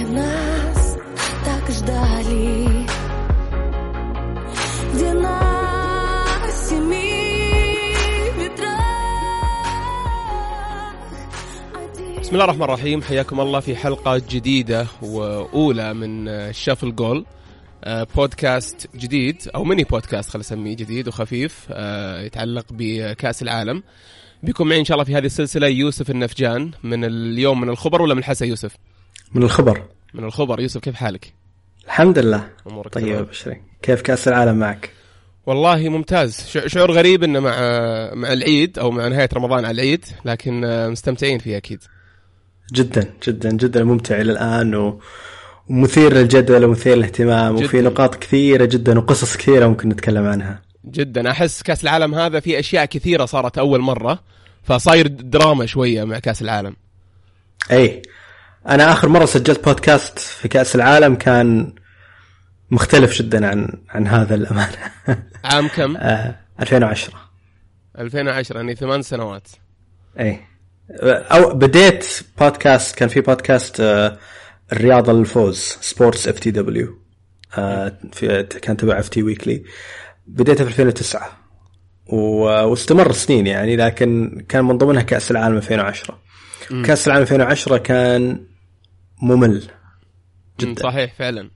بسم الله الرحمن الرحيم. حياكم الله في حلقة جديدة وأولى من شافل جول، بودكاست جديد أو ميني بودكاست خلينا نسميه جديد وخفيف يتعلق بكأس العالم. بيكون معي إن شاء الله في هذه السلسلة يوسف النفجان من اليوم من الخبر ولا من الحسا؟ يوسف من الخبر. من الخبر. يوسف كيف حالك؟ الحمد لله طيب. بشري. كيف كأس العالم معك؟ والله ممتاز. شعور غريب إنه مع العيد أو مع نهاية رمضان على العيد، لكن مستمتعين فيه أكيد. جدا جدا جدا ممتع إلى الآن ومثير للجدل ومثير للاهتمام جداً. وفي نقاط كثيرة جدا وقصص كثيرة ممكن نتكلم عنها جدا. أحس كأس العالم هذا في أشياء كثيرة صارت أول مرة، فصاير دراما شوية مع كأس العالم. أي أنا آخر مرة سجلت بودكاست في كأس العالم كان مختلف جدا عن هذا الأمانة. عام كم؟ 2010 يعني 8 سنوات. أي أو بديت بودكاست، كان في بودكاست الرياضة الفوز سبورتس FTW، كان تبع FT ويكلي. بديته في 2009 واستمر سنين يعني، لكن كان من ضمنها كأس العالم 2010. كأس العالم 2010 كان ممل جدا. صحيح فعلا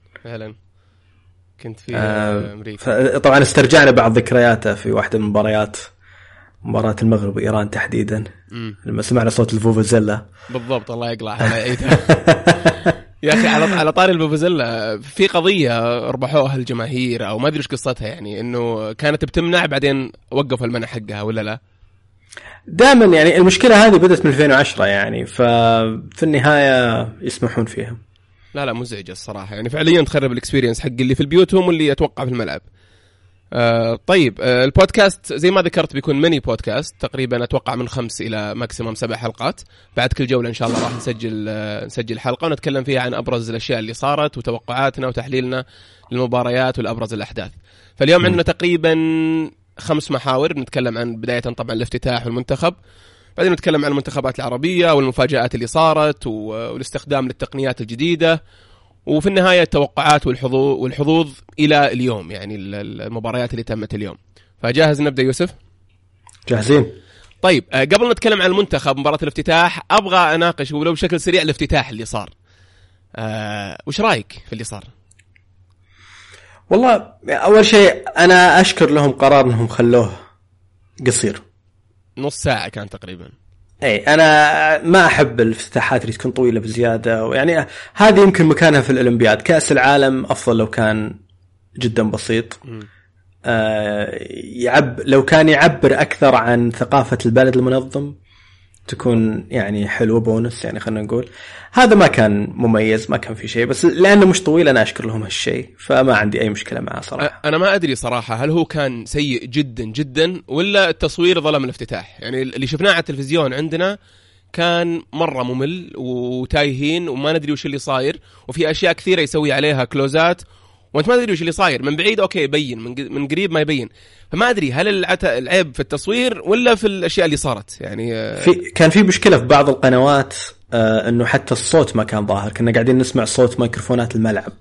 كنت في أمريكا. طبعا استرجعنا بعض ذكرياته في واحدة من مباراة المغرب وإيران تحديدا، لما سمعنا صوت الفوفوزيلا. بالضبط، الله يقلع على عيدها. يا أخي على طاري الفوفوزيلا، في قضية ربحوها الجماهير أو ما أدري إيش قصتها، يعني إنه كانت بتمنع بعدين وقفوا المنع حقها ولا لا؟ دائما يعني المشكلة هذه بدأت من 2010 يعني، ففي النهاية يسمحون فيها. لا مزعجة الصراحة، يعني فعليا تخرب الاكسبيرينس حق اللي في البيوت هم واللي يتوقع في الملعب. طيب، البودكاست زي ما ذكرت بيكون ميني بودكاست، تقريبا أتوقع من 5 إلى ماكسيموم 7 حلقات. بعد كل جولة إن شاء الله راح نسجل حلقة ونتكلم فيها عن أبرز الأشياء اللي صارت وتوقعاتنا وتحليلنا للمباريات والأبرز الأحداث. فاليوم عندنا تقريبا 5 محاور، بنتكلم عن بداية طبعا الافتتاح والمنتخب، بعدين نتكلم عن المنتخبات العربية والمفاجآت اللي صارت والاستخدام للتقنيات الجديدة، وفي النهاية التوقعات والحظوظ إلى اليوم، يعني المباريات اللي تمت اليوم. فجاهز نبدأ يوسف؟ جاهزين. طيب، قبل نتكلم عن المنتخب مباراة الافتتاح، أبغى أناقش ولو بشكل سريع الافتتاح اللي صار. وش رأيك في اللي صار؟ والله أول شيء أنا أشكر لهم قرار أنهم خلوه قصير، نص ساعة كان تقريبا. اي انا ما احب الافتتاحات اللي تكون طويله بزياده، ويعني هذه يمكن مكانها في الاولمبياد. كاس العالم افضل لو كان جدا بسيط، لو كان يعبر اكثر عن ثقافه البلد المنظم تكون يعني حلوه، بونس يعني. خلينا نقول هذا ما كان مميز، ما كان في شيء، بس لانه مش طويل انا اشكر لهم هالشيء، فما عندي اي مشكله معه صراحه. انا ما ادري صراحه هل هو كان سيء جدا جدا ولا التصوير ظلم الافتتاح. يعني اللي شفناه على التلفزيون عندنا كان مره ممل وتايهين وما ندري وش اللي صاير، وفي اشياء كثيره يسوي عليها كلوزات وانت ما تدري وش اللي صاير. من بعيد اوكي يبين، من قريب ما يبين. فما ادري هل العيب في التصوير ولا في الاشياء اللي صارت. يعني كان في مشكله في بعض القنوات، انه حتى الصوت ما كان ظاهر، كنا قاعدين نسمع صوت ميكروفونات الملعب.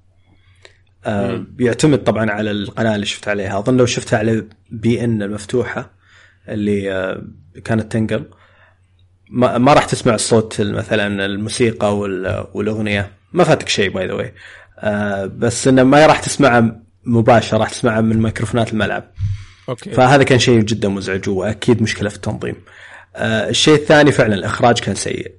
بيعتمد طبعا على القناه اللي شفت عليها. اظن لو شفتها على BN المفتوحه اللي كانت تنقل، ما راح تسمع الصوت مثلا الموسيقى والاغنيه. ما فاتك شيء باي ذا واي، بس انه ما راح تسمعها مباشره، راح تسمعها من ميكروفونات الملعب. أوكي. فهذا كان شيء جدا مزعج واكيد مشكله في التنظيم. الشيء الثاني فعلا الاخراج كان سيء.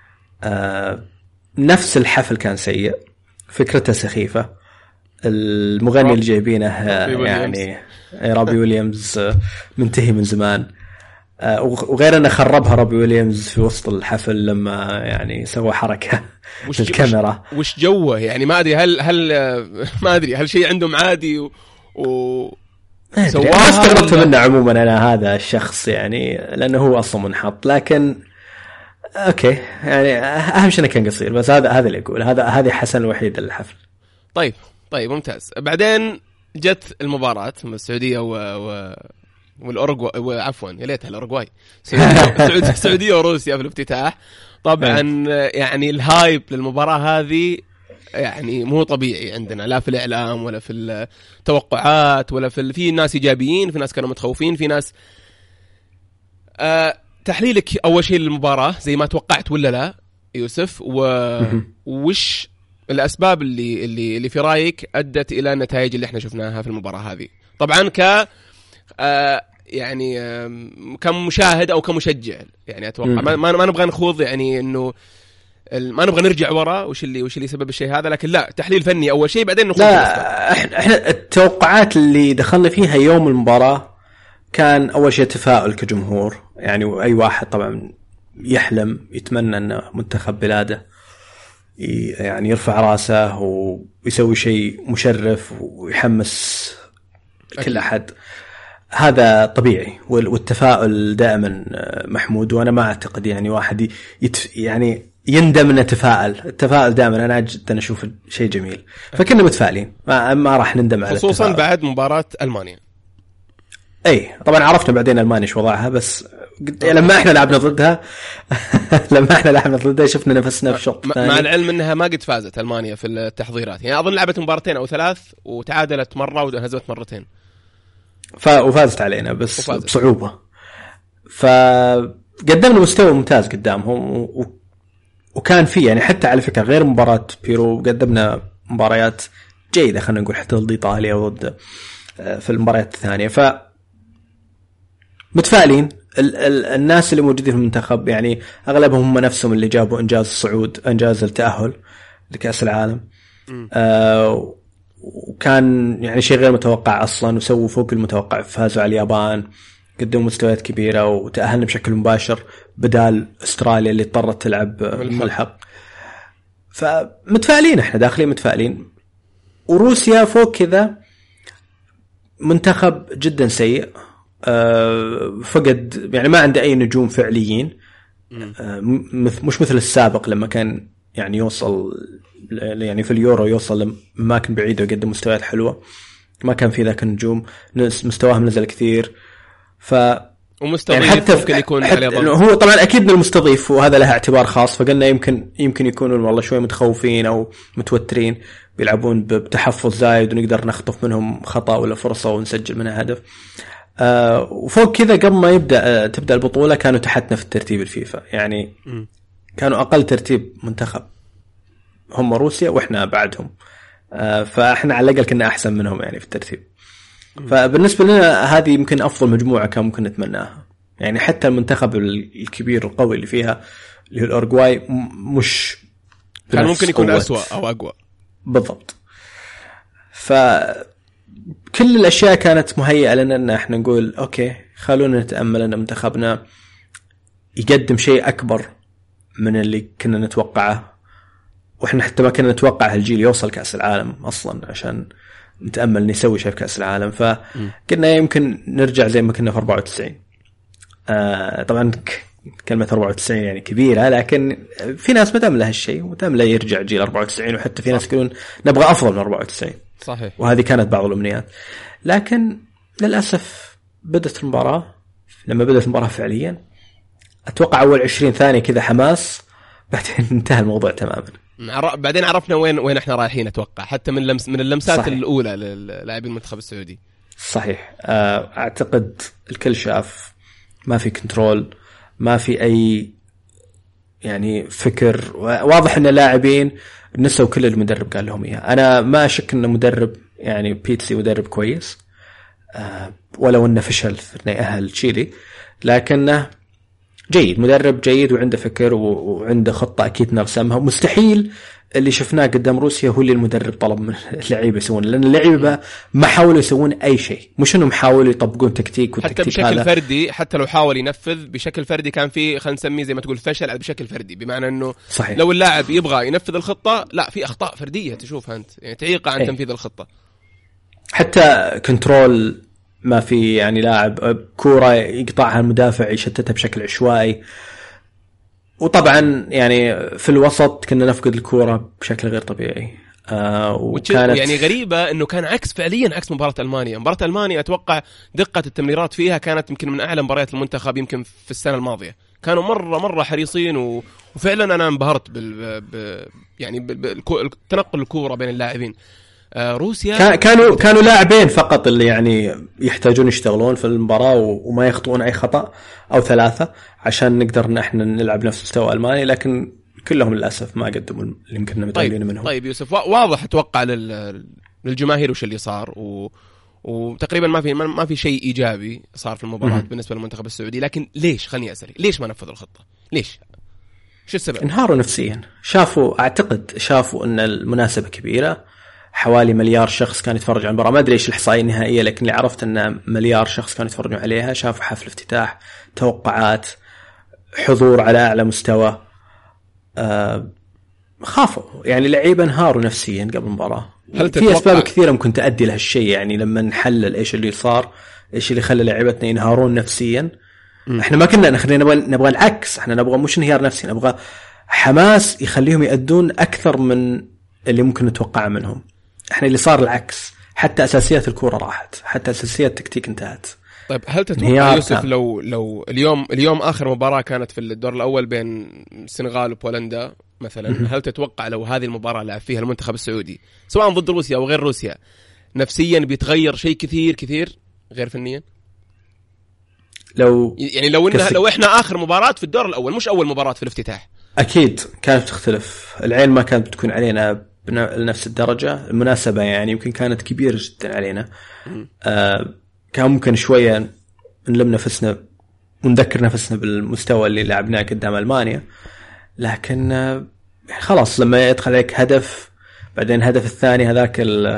نفس الحفل كان سيء، فكرته سخيفه. المغني اللي جايبينه يعني رابي ويليامز منتهي من زمان، وغير انه خربها رابي ويليامز في وسط الحفل لما يعني سوى حركه الكاميرا. وش جوه يعني؟ ما ادري هل ما ادري هل شيء عندهم عادي سواها. استغربت منه عموما انا هذا الشخص، يعني لانه هو اصلا منحط. لكن اوكي يعني اهم شيء كان قصير، بس هذا اللي اقول، هذه حسن الوحيد للحفل. طيب ممتاز. بعدين جت المباراة السعودية والأوروغواي، عفوا يا ليتها الأوروغواي، السعودية وروسيا في الافتتاح. طبعا يعني الهايب للمباراة هذه يعني مو طبيعي عندنا، لا في الإعلام ولا في التوقعات ولا في ناس إيجابيين، في ناس كانوا متخوفين، في ناس تحليلك أول شيء للمباراة زي ما توقعت ولا لا يوسف، وش الأسباب اللي في رأيك أدت إلى النتائج اللي احنا شفناها في المباراة هذه؟ طبعا يعني كمشاهد أو كمشجع يعني أتوقع ما نبغى نخوض يعني إنه ما نبغى نرجع ورا وش اللي سبب الشيء هذا، لكن لا تحليل فني أول شيء بعدين نخوض. لا احنا التوقعات اللي دخلنا فيها يوم المباراة كان أول شيء تفاؤل كجمهور، يعني أي واحد طبعا يحلم يتمنى أن منتخب بلاده يعني يرفع راسه ويسوي شيء مشرف ويحمس كل أحد، هذا طبيعي والتفاؤل دائما محمود. وأنا ما أعتقد يعني واحد يعني يندم أن التفاؤل دائما أنا جدا أشوف شيء جميل، فكنا متفائلين ما راح نندم على خصوصا التفاؤل. بعد مباراة ألمانيا اي طبعا عرفنا بعدين المانيا ايش وضعها، بس لما احنا لعبنا ضدها شفنا نفسنا في شوط مع العلم انها ما قد فازت المانيا في التحضيرات، يعني اظن لعبت مباراتين او 3 وتعادلت مره وهزمت مرتين وفازت علينا بس بصعوبه، فقدمنا مستوى ممتاز قدامهم وكان في يعني حتى على فكره غير مباراه بيرو قدمنا مباريات جيده، خلينا نقول حتى ضد ايطاليا وضد في المباريات الثانيه. متفائلين. الناس اللي موجودين في المنتخب يعني أغلبهم هم نفسهم اللي جابوا إنجاز التأهل لكأس العالم، وكان يعني شيء غير متوقع أصلا، وسووا فوق المتوقع، فازوا على اليابان، قدموا مستويات كبيرة وتأهلنا بشكل مباشر بدال أستراليا اللي اضطرت تلعب ملحق. فمتفائلين، احنا داخلين متفائلين. وروسيا فوق كذا منتخب جدا سيء، فقد يعني ما عنده أي نجوم فعليين، مش مثل السابق لما كان يعني يوصل يعني في اليورو يوصل لأماكن بعيدة ويقدم مستويات حلوة، ما كان في ذاك النجوم، مستواهم نزل كثير. ومستضيف يعني حتى ممكن يكون عليه ضغط. هو طبعا أكيد من المستضيف وهذا لها اعتبار خاص، فقلنا يمكن يكونون والله شوي متخوفين أو متوترين، بيلعبون بتحفظ زايد ونقدر نخطف منهم خطأ ولا فرصة ونسجل منها هدف. وفوق كذا قبل ما تبدأ البطولة كانوا تحتنا في الترتيب الفيفا، يعني كانوا أقل ترتيب منتخب هم روسيا وإحنا بعدهم، فإحنا على الأقل كنا أحسن منهم يعني في الترتيب. فبالنسبة لنا هذه يمكن أفضل مجموعة كان ممكن نتمناها، يعني حتى المنتخب الكبير القوي اللي فيها اللي هو الأورجواي مش كان ممكن يكون أسوأ أو أقوى بالضبط. كل الأشياء كانت مهيئة لنا أن احنا نقول أوكي خلونا نتأمل أن منتخبنا يقدم شيء أكبر من اللي كنا نتوقعه، وإحنا حتى ما كنا نتوقع هالجيل يوصل كأس العالم أصلا عشان نتأمل نسوي شيء في كأس العالم. فكنا يمكن نرجع زي ما كنا في 94. طبعا كلمة 94 يعني كبيرة، لكن في ناس متأمل هالشيء ومتأمل يرجع جيل 94، وحتى في ناس يقولون نبغى أفضل من 94. صحيح. وهذه كانت بعض الأمنيات، لكن للأسف لما بدأت المباراة فعليا أتوقع أول 20 ثانية كذا حماس، بعدين انتهى الموضوع تماما. بعدين عرفنا وين احنا رايحين. أتوقع حتى من اللمسات صحيح. الأولى للاعبين المنتخب السعودي. صحيح. أعتقد الكل شاف ما في كنترول، ما في أي يعني فكر واضح أن اللاعبين نسوا كل المدرب قال لهم إياه. أنا ما أشك أن مدرب يعني بيتسي مدرب كويس، ولو أنه فشل في أنه يأهل تشيلي، لكنه جيد، مدرب جيد وعنده فكر وعنده خطة أكيد نرسمها. مستحيل اللي شفناه قدام روسيا هو اللي المدرب طلب من اللعيبة يسوون، لأن اللعيبة ما حاولوا يسوون أي شيء، مش أنهم حاولوا يطبقون تكتيك حتى بشكل فردي. حتى لو حاول ينفذ بشكل فردي كان في خلينا نسميه زي ما تقول فشل بشكل فردي، بمعنى أنه صحيح. لو اللاعب يبغى ينفذ الخطة لا في أخطاء فردية تشوفها أنت يعني تعيق عن تنفيذ الخطة. حتى كنترول ما في، يعني لاعب كورة يقطعها المدافع يشتتها بشكل عشوائي. وطبعا يعني في الوسط كنا نفقد الكورة بشكل غير طبيعي. وكانت يعني غريبة انه كان فعليا عكس مباراة ألمانيا. أتوقع دقة التمريرات فيها كانت يمكن من اعلى مباريات المنتخب يمكن في السنة الماضية. كانوا مرة حريصين وفعلا أنا انبهرت تنقل الكورة بين اللاعبين. روسيا كانوا لاعبين فقط اللي يعني يحتاجون يشتغلون في المباراة وما يخطئون أي خطأ أو 3 عشان نقدر إن إحنا نلعب نفس مستوى ألمانيا، لكن كلهم للأسف ما قدموا اللي يمكن متعلمين منهم. طيب يوسف، واضح أتوقع للجماهير وش اللي صار وتقريبا ما في شيء إيجابي صار في المباراة بالنسبة للمنتخب السعودي، لكن ليش؟ خلني أسألك، ليش ما نفذوا الخطة؟ ليش؟ شو السبب؟ انهاروا نفسيا. أعتقد شافوا أن المناسبة كبيرة، حوالي 1 مليار شخص كان يتفرج على المباراة، ما أدري إيش الإحصائية النهائية، لكن اللي عرفت أن 1 مليار شخص كانوا يتفرجون عليها. شافوا حفل افتتاح، توقعات، حضور على أعلى مستوى. خافوا يعني اللعيبة انهاروا نفسيا قبل المباراة. في أسباب كثيرة ممكن تؤدي لهالشيء، يعني لما نحلل إيش اللي صار، إيش اللي خلى لعيبتنا ينهارون نفسيا. إحنا ما كنا نبغى العكس، إحنا نبغى مش انهيار نفسي، نبغى حماس يخليهم يأدون أكثر من اللي ممكن نتوقعه منهم. إحنا اللي صار العكس، حتى أساسيات الكرة راحت، حتى أساسيات التكتيك انتهت. طيب هل تتوقع يوسف لو اليوم آخر مباراة كانت في الدور الأول بين السنغال وبولندا مثلا، هل تتوقع لو هذه المباراة لعب فيها المنتخب السعودي سواء ضد روسيا أو غير روسيا نفسيا بيتغير شيء كثير غير فنيا؟ لو إحنا آخر مباراة في الدور الأول مش أول مباراة في الافتتاح، أكيد كانت تختلف. العين ما كانت بتكون علينا بنفس الدرجة. المناسبة يعني يمكن كانت كبيرة جدا علينا. كان ممكن شوية نلم نفسنا ونذكر نفسنا بالمستوى اللي لعبناه قدام ألمانيا، لكن خلاص لما يدخل عليك هدف بعدين الهدف الثاني هذاك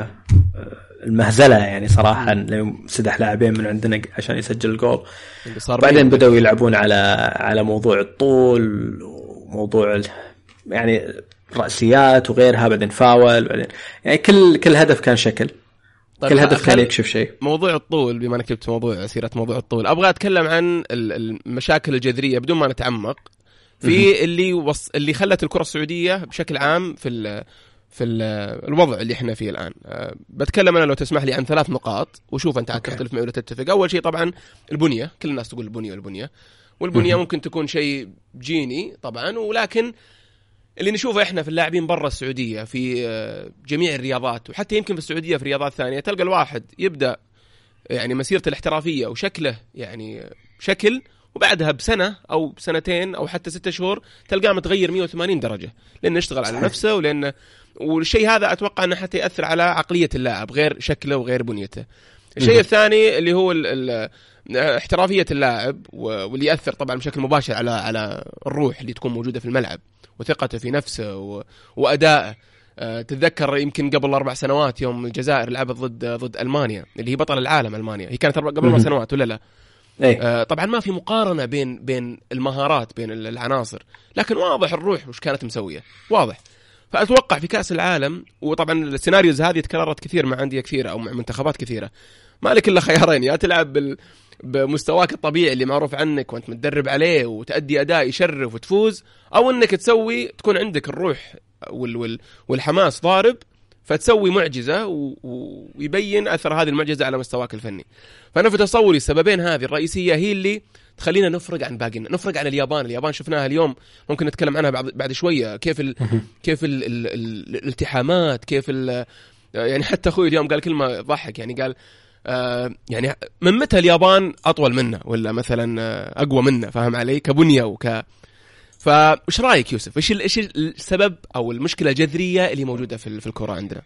المهزلة يعني صراحة، لو سدح لاعبين من عندنا عشان يسجل الجول. بعدين بدأوا يلعبون على موضوع الطول وموضوع يعني رأسيات وغيرها، بعدين فاول، بعدين يعني كل هدف كان شكل. طيب كل هدف كان يكشف شيء. موضوع الطول، بما انك جبت موضوع الطول، ابغى اتكلم عن المشاكل الجذريه بدون ما نتعمق في اللي خلت الكره السعوديه بشكل عام في الوضع اللي احنا فيه الان. بتكلم انا لو تسمح لي عن 3 نقاط، وشوف انت تختلف معي ولا تتفق. اول شيء طبعا البنيه، كل الناس تقول البنيه والبنيه ممكن تكون شيء جيني طبعا، ولكن اللي نشوفه احنا في اللاعبين برا السعوديه في جميع الرياضات، وحتى يمكن في السعوديه في رياضات ثانيه، تلقى الواحد يبدا يعني مسيرته الاحترافيه وشكله يعني شكل، وبعدها بسنه او بسنتين او حتى 6 شهور تلقاه متغير 180 درجه، لانه يشتغل على نفسه والشيء هذا اتوقع انه حتى ياثر على عقليه اللاعب غير شكله وغير بنيته. الشيء الثاني اللي هو احترافيه اللاعب، واللي ياثر طبعا بشكل مباشر على الروح اللي تكون موجوده في الملعب وثقته في نفسه وأدائه. تتذكر يمكن قبل 4 سنوات يوم الجزائر لعبت ضد ألمانيا اللي هي بطل العالم، ألمانيا هي كانت قبل 4 سنوات ولا لا؟ طبعا ما في مقارنة بين المهارات بين العناصر، لكن واضح الروح وش كانت مسوية واضح. فأتوقع في كأس العالم، وطبعا السيناريوز هذه تكررت كثير مع أندية كثيرة أو مع منتخبات كثيرة، ما لك إلا خيارين: يا تلعب بمستواك الطبيعي اللي معروف عنك وانت متدرب عليه وتأدي أداء يشرف وتفوز، أو أنك تكون عندك الروح والحماس ضارب فتسوي معجزة ويبين أثر هذه المعجزة على مستواك الفني. فأنا في تصوري السببين هذه الرئيسية هي اللي تخلينا نفرق عن باقينا، نفرق عن اليابان شفناها اليوم، ممكن نتكلم عنها بعد شوية، كيف الالتحامات، كيف يعني حتى أخوي اليوم قال كلمة ضحك، يعني قال يعني من متى اليابان أطول منا ولا مثلا أقوى منا، فاهم علي، كبنية فإيش رأيك يوسف؟ إيش السبب أو المشكلة الجذرية اللي موجودة في الكرة عندنا؟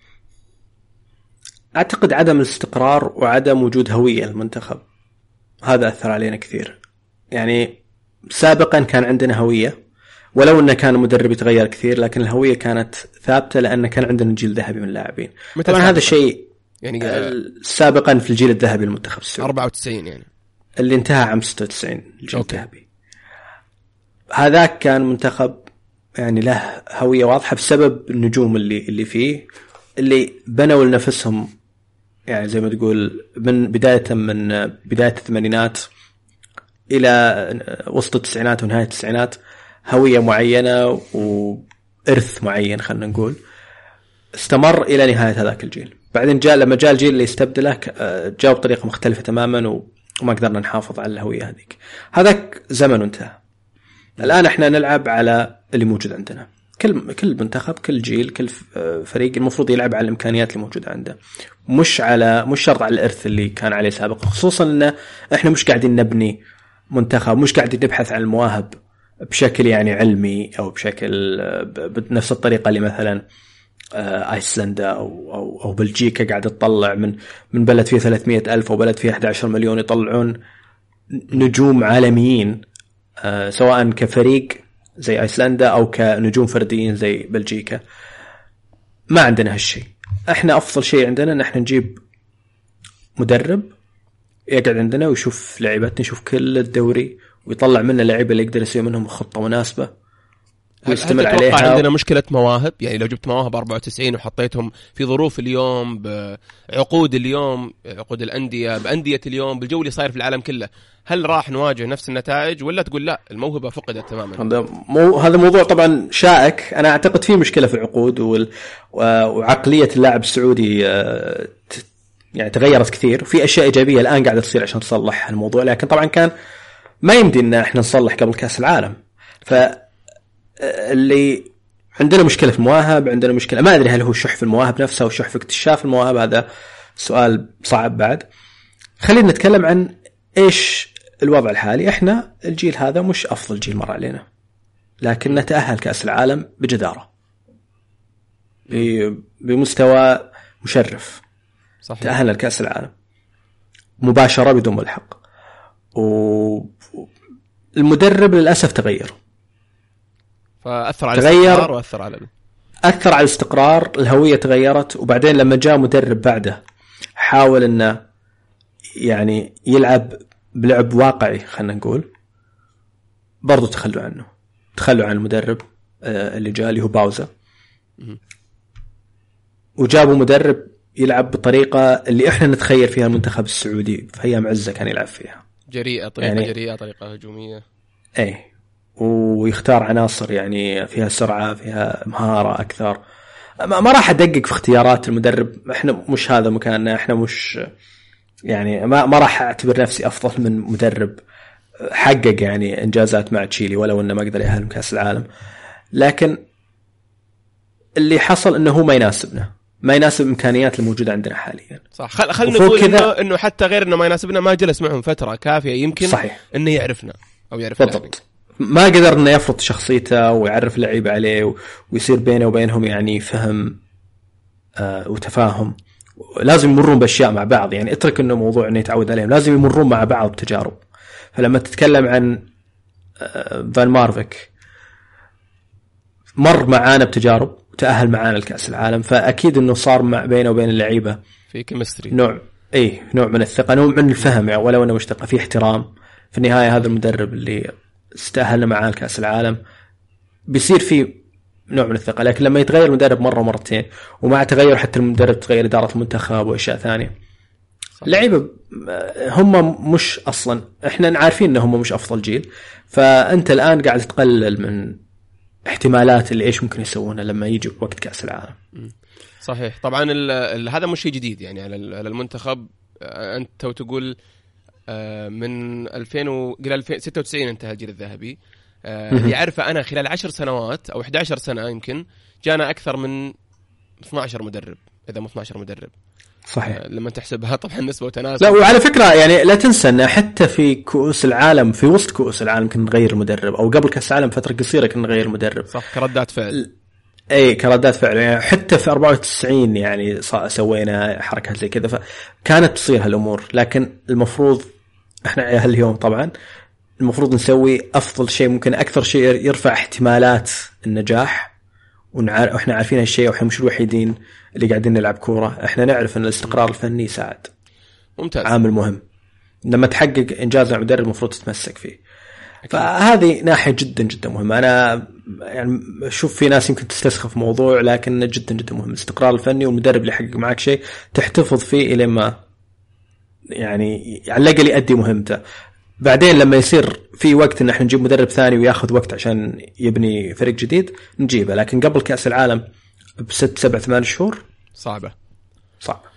أعتقد عدم الاستقرار وعدم وجود هوية المنتخب، هذا أثر علينا كثير. يعني سابقا كان عندنا هوية، ولو أنه كان المدرب يتغير كثير، لكن الهوية كانت ثابتة لأن كان عندنا جيل ذهبي من اللاعبين. طبعا هذا الشيء يعني سابقا في الجيل الذهبي للمنتخب السعودي 94 يعني اللي انتهى عام 96 الجيل الذهبي. هذاك كان منتخب يعني له هوية واضحة بسبب النجوم اللي فيه، اللي بنوا لنفسهم يعني زي ما تقول من بداية الثمانينات إلى وسط التسعينات ونهاية التسعينات هوية معينة وإرث معين، خلنا نقول استمر إلى نهاية هذاك الجيل. بعدين لما جاء الجيل اللي استبدله جاء بطريقة مختلفة تماما وما قدرنا نحافظ على الهوية هذيك. هذاك زمن انتهى. الآن احنا نلعب على اللي موجود عندنا. كل منتخب كل جيل كل فريق المفروض يلعب على الإمكانيات اللي موجودة عنده، مش شرط على الإرث اللي كان عليه سابقا، خصوصا أن احنا مش قاعدين نبني منتخب، مش قاعدين نبحث عن المواهب بشكل يعني علمي أو بشكل بنفس الطريقة اللي مثلا ايسلندا او بلجيكا قاعد تطلع من بلد فيه 300,000 وبلد فيه 11 مليون يطلعون نجوم عالميين، سواء كفريق زي ايسلندا او كنجوم فرديين زي بلجيكا. ما عندنا هالشيء. احنا افضل شيء عندنا ان احنا نجيب مدرب يقعد عندنا ويشوف لعيبتنا، يشوف كل الدوري ويطلع منا لعيبه اللي يقدر يسوي منهم خطه مناسبه ويستمر عليها. عندنا مشكلة مواهب، يعني لو جبت مواهب 94 وحطيتهم في ظروف اليوم، بعقود اليوم، عقود الأندية، بأندية اليوم، بالجو اللي صاير في العالم كله، هل راح نواجه نفس النتائج ولا تقول لا الموهبة فقدت تماما؟ هذا موضوع طبعا شائك. أنا أعتقد فيه مشكلة في العقود وعقلية اللاعب السعودي يعني تغيرت كثير، وفي أشياء إيجابية الآن قاعدة تصير عشان تصلح الموضوع، لكن طبعا كان ما يمدي إن إحنا نصلح قبل كأس العالم. اللي عندنا مشكلة في المواهب، عندنا مشكلة، ما أدري هل هو شح في المواهب نفسها أو شح في اكتشاف المواهب، هذا سؤال صعب بعد. خلينا نتكلم عن إيش الوضع الحالي. إحنا الجيل هذا مش أفضل جيل مر علينا، لكن نتأهل كأس العالم بجدارة بمستوى مشرف. صحيح. تأهلنا لكأس العالم مباشرة بدون ملحق، والمدرب للأسف تغير، فأثر على الاستقرار وأثر على الاستقرار، الهوية تغيرت. وبعدين لما جاء مدرب بعده حاول إنه يعني يلعب بلعب واقعي، خلنا نقول، برضو تخلوا عن المدرب اللي جاء اللي هو باوزا، وجابوا مدرب يلعب بطريقة اللي إحنا نتخيل فيها المنتخب السعودي في أيام عزة كان يلعب فيها، جريئة، طريقة يعني جريئة، طريقة هجومية، ويختار عناصر يعني فيها سرعة، فيها مهارة أكثر. ما راح أدقق في اختيارات المدرب، إحنا مش هذا مكاننا، إحنا مش يعني ما راح أعتبر نفسي أفضل من مدرب حقق يعني إنجازات مع تشيلي ولو إنه ما قدر يأهل كأس العالم، لكن اللي حصل إنه هو ما يناسب الإمكانيات الموجودة عندنا حاليا. صح. خلنا نقول إنه حتى غير إنه ما يناسبنا، ما جلس معهم فترة كافية يمكن. صحيح. إنه يعرفنا أو يعرف بالضبط، ما قدر إنه يفرض شخصيته ويعرف اللعيبة عليه ويصير بينه وبينهم يعني فهم وتفاهم. لازم يمرون بأشياء مع بعض، يعني اترك إنه موضوع إنه يتعود عليهم، لازم يمرون مع بعض بتجارب. فلما تتكلم عن فان مارفيك مر معانا بتجارب وتأهل معانا لكأس العالم، فأكيد إنه صار بينه وبين اللعيبة في كيمستري، نوع من الثقة، نوع من الفهم، يعني ولو أنه مشتقة في احترام. في النهاية هذا المدرب اللي استأهلنا معاه لكأس العالم بيصير فيه نوع من الثقة. لكن لما يتغير المدرب مرة ومرتين، ومع تغير حتى المدرب تغير إدارة المنتخب وأشياء ثانية، اللعيبة هم مش أصلا، إحنا عارفين إنهم مش أفضل جيل، فأنت الآن قاعد تقلل من احتمالات اللي إيش ممكن يسوونه لما يجي وقت كأس العالم. صحيح. طبعا هذا مش شيء جديد يعني على المنتخب. أنت تقول من 2096 انتهى الجيل الذهبي. اللي عارفه أنا خلال 10 سنوات أو 11 سنة يمكن جانا أكثر من 12 مدرب، إذا مو 12 مدرب. صحيح. لما تحسبها طبعا نسبة وتناسب. لا، وعلى فكرة يعني لا تنسى أن حتى في كؤوس العالم، في وسط كؤوس العالم كنا نغير المدرب، أو قبل كأس العالم فترة قصيرة كنا نغير المدرب. صح، كردات فعل. كردات فعل يعني. حتى في 94 يعني سوينا حركة زي كذا، فكانت تصير هالأمور. لكن المفروض احنا اليوم طبعا المفروض نسوي أفضل شيء ممكن، أكثر شيء يرفع احتمالات النجاح، وإحنا عارفين هالشيء، وإحنا مش الوحيدين اللي قاعدين نلعب كورة. إحنا نعرف أن الاستقرار الفني يساعد، ممتاز، عامل مهم. لما تحقق إنجاز المدرب المفروض تتمسك فيه. فهذه ناحية جدا جدا مهمة. أنا يعني أشوف في ناس يمكن تستسخف موضوع، لكن جدا جدا مهم الاستقرار الفني، والمدرب اللي يحقق معك شيء تحتفظ فيه إلى ما يعني على الأقل يؤدي مهمته. بعدين لما يصير في وقت ان احنا نجيب مدرب ثاني وياخذ وقت عشان يبني فريق جديد نجيبه، لكن قبل كأس العالم ب6 7 8 شهور صعبة.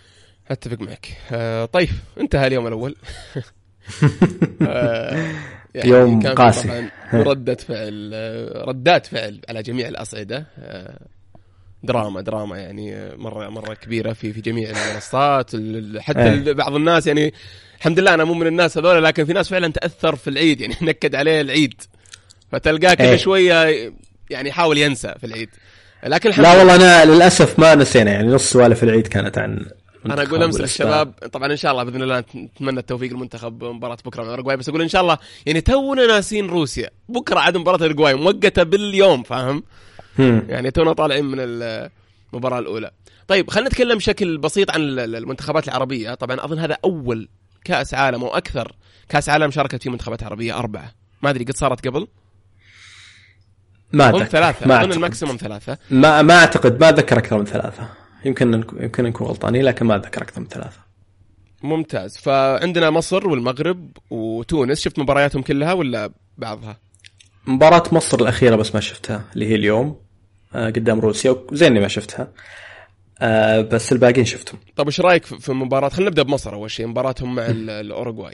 اتفق معك. طيب انتهى اليوم الاول. يعني يوم قاسي. ردات فعل على جميع الأصعدة. دراما يعني مرة كبيرة في جميع المنصات. حتى بعض الناس يعني الحمد لله أنا مو من الناس هذول، لكن في ناس فعلا تأثر في العيد، يعني نكد عليه العيد، فتلقاه كل شوية يعني يحاول ينسى في العيد. لكن لا والله أنا للأسف ما نسينا، يعني نص سوالف العيد كانت عن أنا أقول أمس للشباب طبعا إن شاء الله بإذن الله نتمنى التوفيق المنتخب مباراة بكرة من أوروغواي، بس أقول إن شاء الله يعني تونا ناسين روسيا، بكرة عاد مباراة أوروغواي مؤقتة باليوم، فاهم؟ يعني تونا طالعين من المباراة الأولى. طيب خلينا نتكلم بشكل بسيط عن المنتخبات العربية. طبعا أظن هذا أول كأس عالم أو أكثر كأس عالم شاركت فيه منتخبات عربية 4، ما أدري قد صارت قبل، ما أظن 3، أظن الماكسيموم 3. ما أعتقد، ما أذكر أكثر من 3، يمكن نكون غلطانين، لكن ما أذكر أكثر من 3. ممتاز. فعندنا مصر والمغرب وتونس، شفت مبارياتهم كلها ولا بعضها؟ مباراة مصر الأخيرة بس ما شفتها، اللي هي اليوم قدام روسيا، وزيني ما شفتها، بس الباقين شفتهم. طب إيش رأيك في مباراة، خلينا نبدأ بمصر أول شيء، مباراتهم مع الأوروغواي.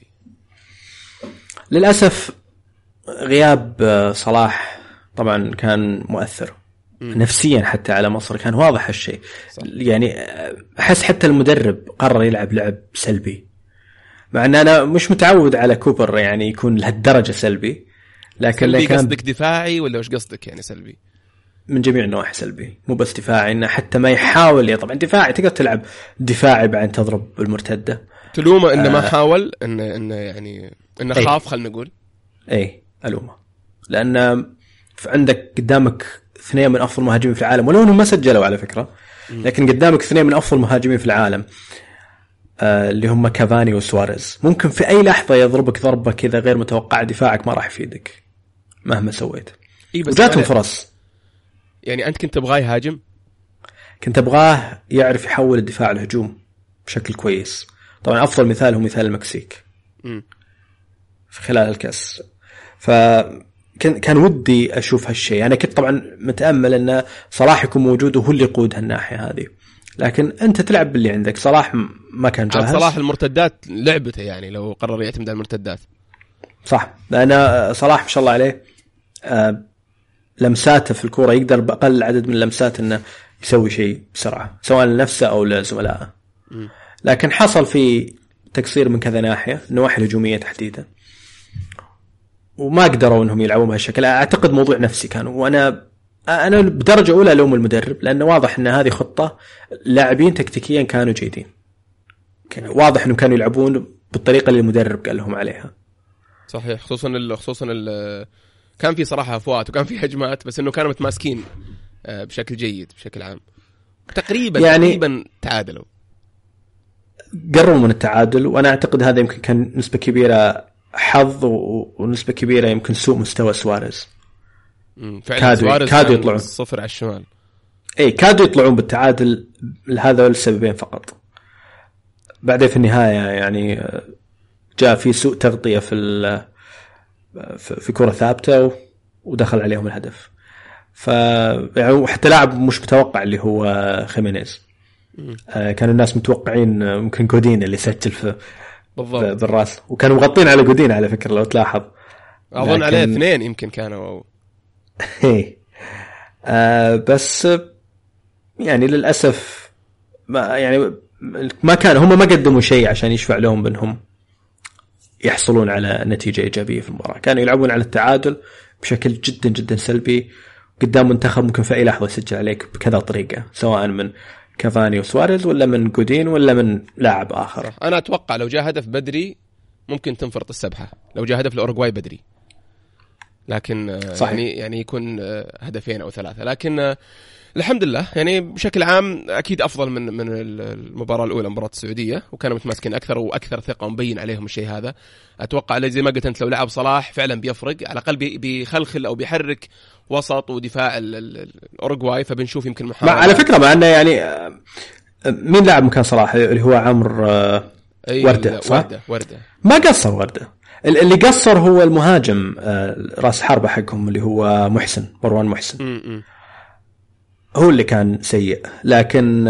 للأسف غياب صلاح طبعا كان مؤثر نفسيا حتى على مصر، كان واضح هالشيء. يعني أحس حتى المدرب قرر يلعب لعب سلبي، مع أن أنا مش متعود على كوبر يعني يكون لهالدرجة سلبي. لكن سلبي قصدك دفاعي ولا وش قصدك يعني سلبي؟ من جميع النواحي سلبي، مو بس دفاعي، إنه حتى ما يحاول. طبعا دفاعي تقدر تلعب دفاعي بعدين تضرب بالمرتدة، تلومه إنه ما حاول، إنه يعني إنه خاف، خلنا نقول ألومه، لأن عندك قدامك 2 من أفضل مهاجمين في العالم، ولو أنهم ما سجلوا على فكرة، لكن قدامك 2 من أفضل مهاجمين في العالم، اللي هم كافاني وسواريز. ممكن في أي لحظة يضربك ضربة كذا غير متوقعة، دفاعك ما راح يفيدك مهما سويت. وجاتهم فرص. يعني أنت كنت تبغاه يهاجم؟ كنت أبغاه يعرف يحول الدفاع الهجوم بشكل كويس. طبعا أفضل مثال هو مثال المكسيك في خلال الكأس. كان ودي أشوف هالشيء. أنا كنت طبعا متأمل أن صلاح يكون موجود وهو اللي يقود هالناحية هذه، لكن أنت تلعب باللي عندك. صلاح ما كان جاهز. صلاح المرتدات لعبته، يعني لو قرر يعتمد على المرتدات صح، لأن صلاح ما شاء الله عليه لمساته في الكرة يقدر بأقل عدد من اللمسات أنه يسوي شيء بسرعة، سواء لنفسه أو لزملائه. لكن حصل في تقصير من كذا ناحية، النواحي الهجومية تحديدا، وما قدروا انهم يلعبوا بهالشكل. اعتقد موضوع نفسي كان، وانا بدرجه اولى الوم المدرب، لانه واضح ان هذه خطه لاعبين تكتيكيا كانوا جيدين، واضح انهم كانوا يلعبون بالطريقه اللي المدرب قال لهم عليها. صحيح، خصوصا كان في صراحه افوات وكان في هجمات، بس انه كانوا متماسكين بشكل جيد بشكل عام. تقريبا تعادلوا، قرروا من التعادل، وانا اعتقد هذا يمكن كان نسبه كبيره حظ ونسبة كبيرة يمكن سوء مستوى سواريز. كادوا يطلعون 0 على الشمال. كادوا يطلعون بالتعادل لهذا السببين فقط. بعدين في النهاية يعني جاء في سوء تغطية في كرة ثابتة ودخل عليهم الهدف. يعني حتى لاعب مش متوقع اللي هو خيمينيز، كانوا الناس متوقعين ممكن جودين اللي سجل بالضبط بالراس، وكانوا مغطين على جودين على فكرة لو تلاحظ. أظن عليه 2 يمكن كانوا بس يعني للأسف ما كان هم ما قدموا شيء عشان يشفع لهم بأنهم يحصلون على نتيجة إيجابية في المباراة. كانوا يلعبون على التعادل بشكل جدا جدا سلبي قدام منتخب ممكن في أي لحظة يسجل عليك بكذا طريقة، سواء من كافاني وسواريز ولا من جودين ولا من لاعب آخر. أنا أتوقع لو جاء هدف بدري ممكن تنفرط السبحة، لو جاء هدف الأوروغواي بدري، لكن يعني يكون 2 أو 3. لكن الحمد لله يعني بشكل عام أكيد أفضل من المباراة الأولى، مباراة السعودية، وكانوا متماسكين أكثر وأكثر ثقة ومبين عليهم الشيء هذا. أتوقع زي ما قلت أنت، لو لعب صلاح فعلا بيفرق، على الأقل بيخلخل أو بيحرك وسط ودفاع الأوروغواي، فبنشوف يمكن محاولة. على فكرة مع أنه يعني مين لاعب مكان صلاح اللي هو عمرو وردة، وردة ما قصر. وردة اللي قصر هو المهاجم راس حربة حقهم اللي هو مروان محسن. هو اللي كان سيء، لكن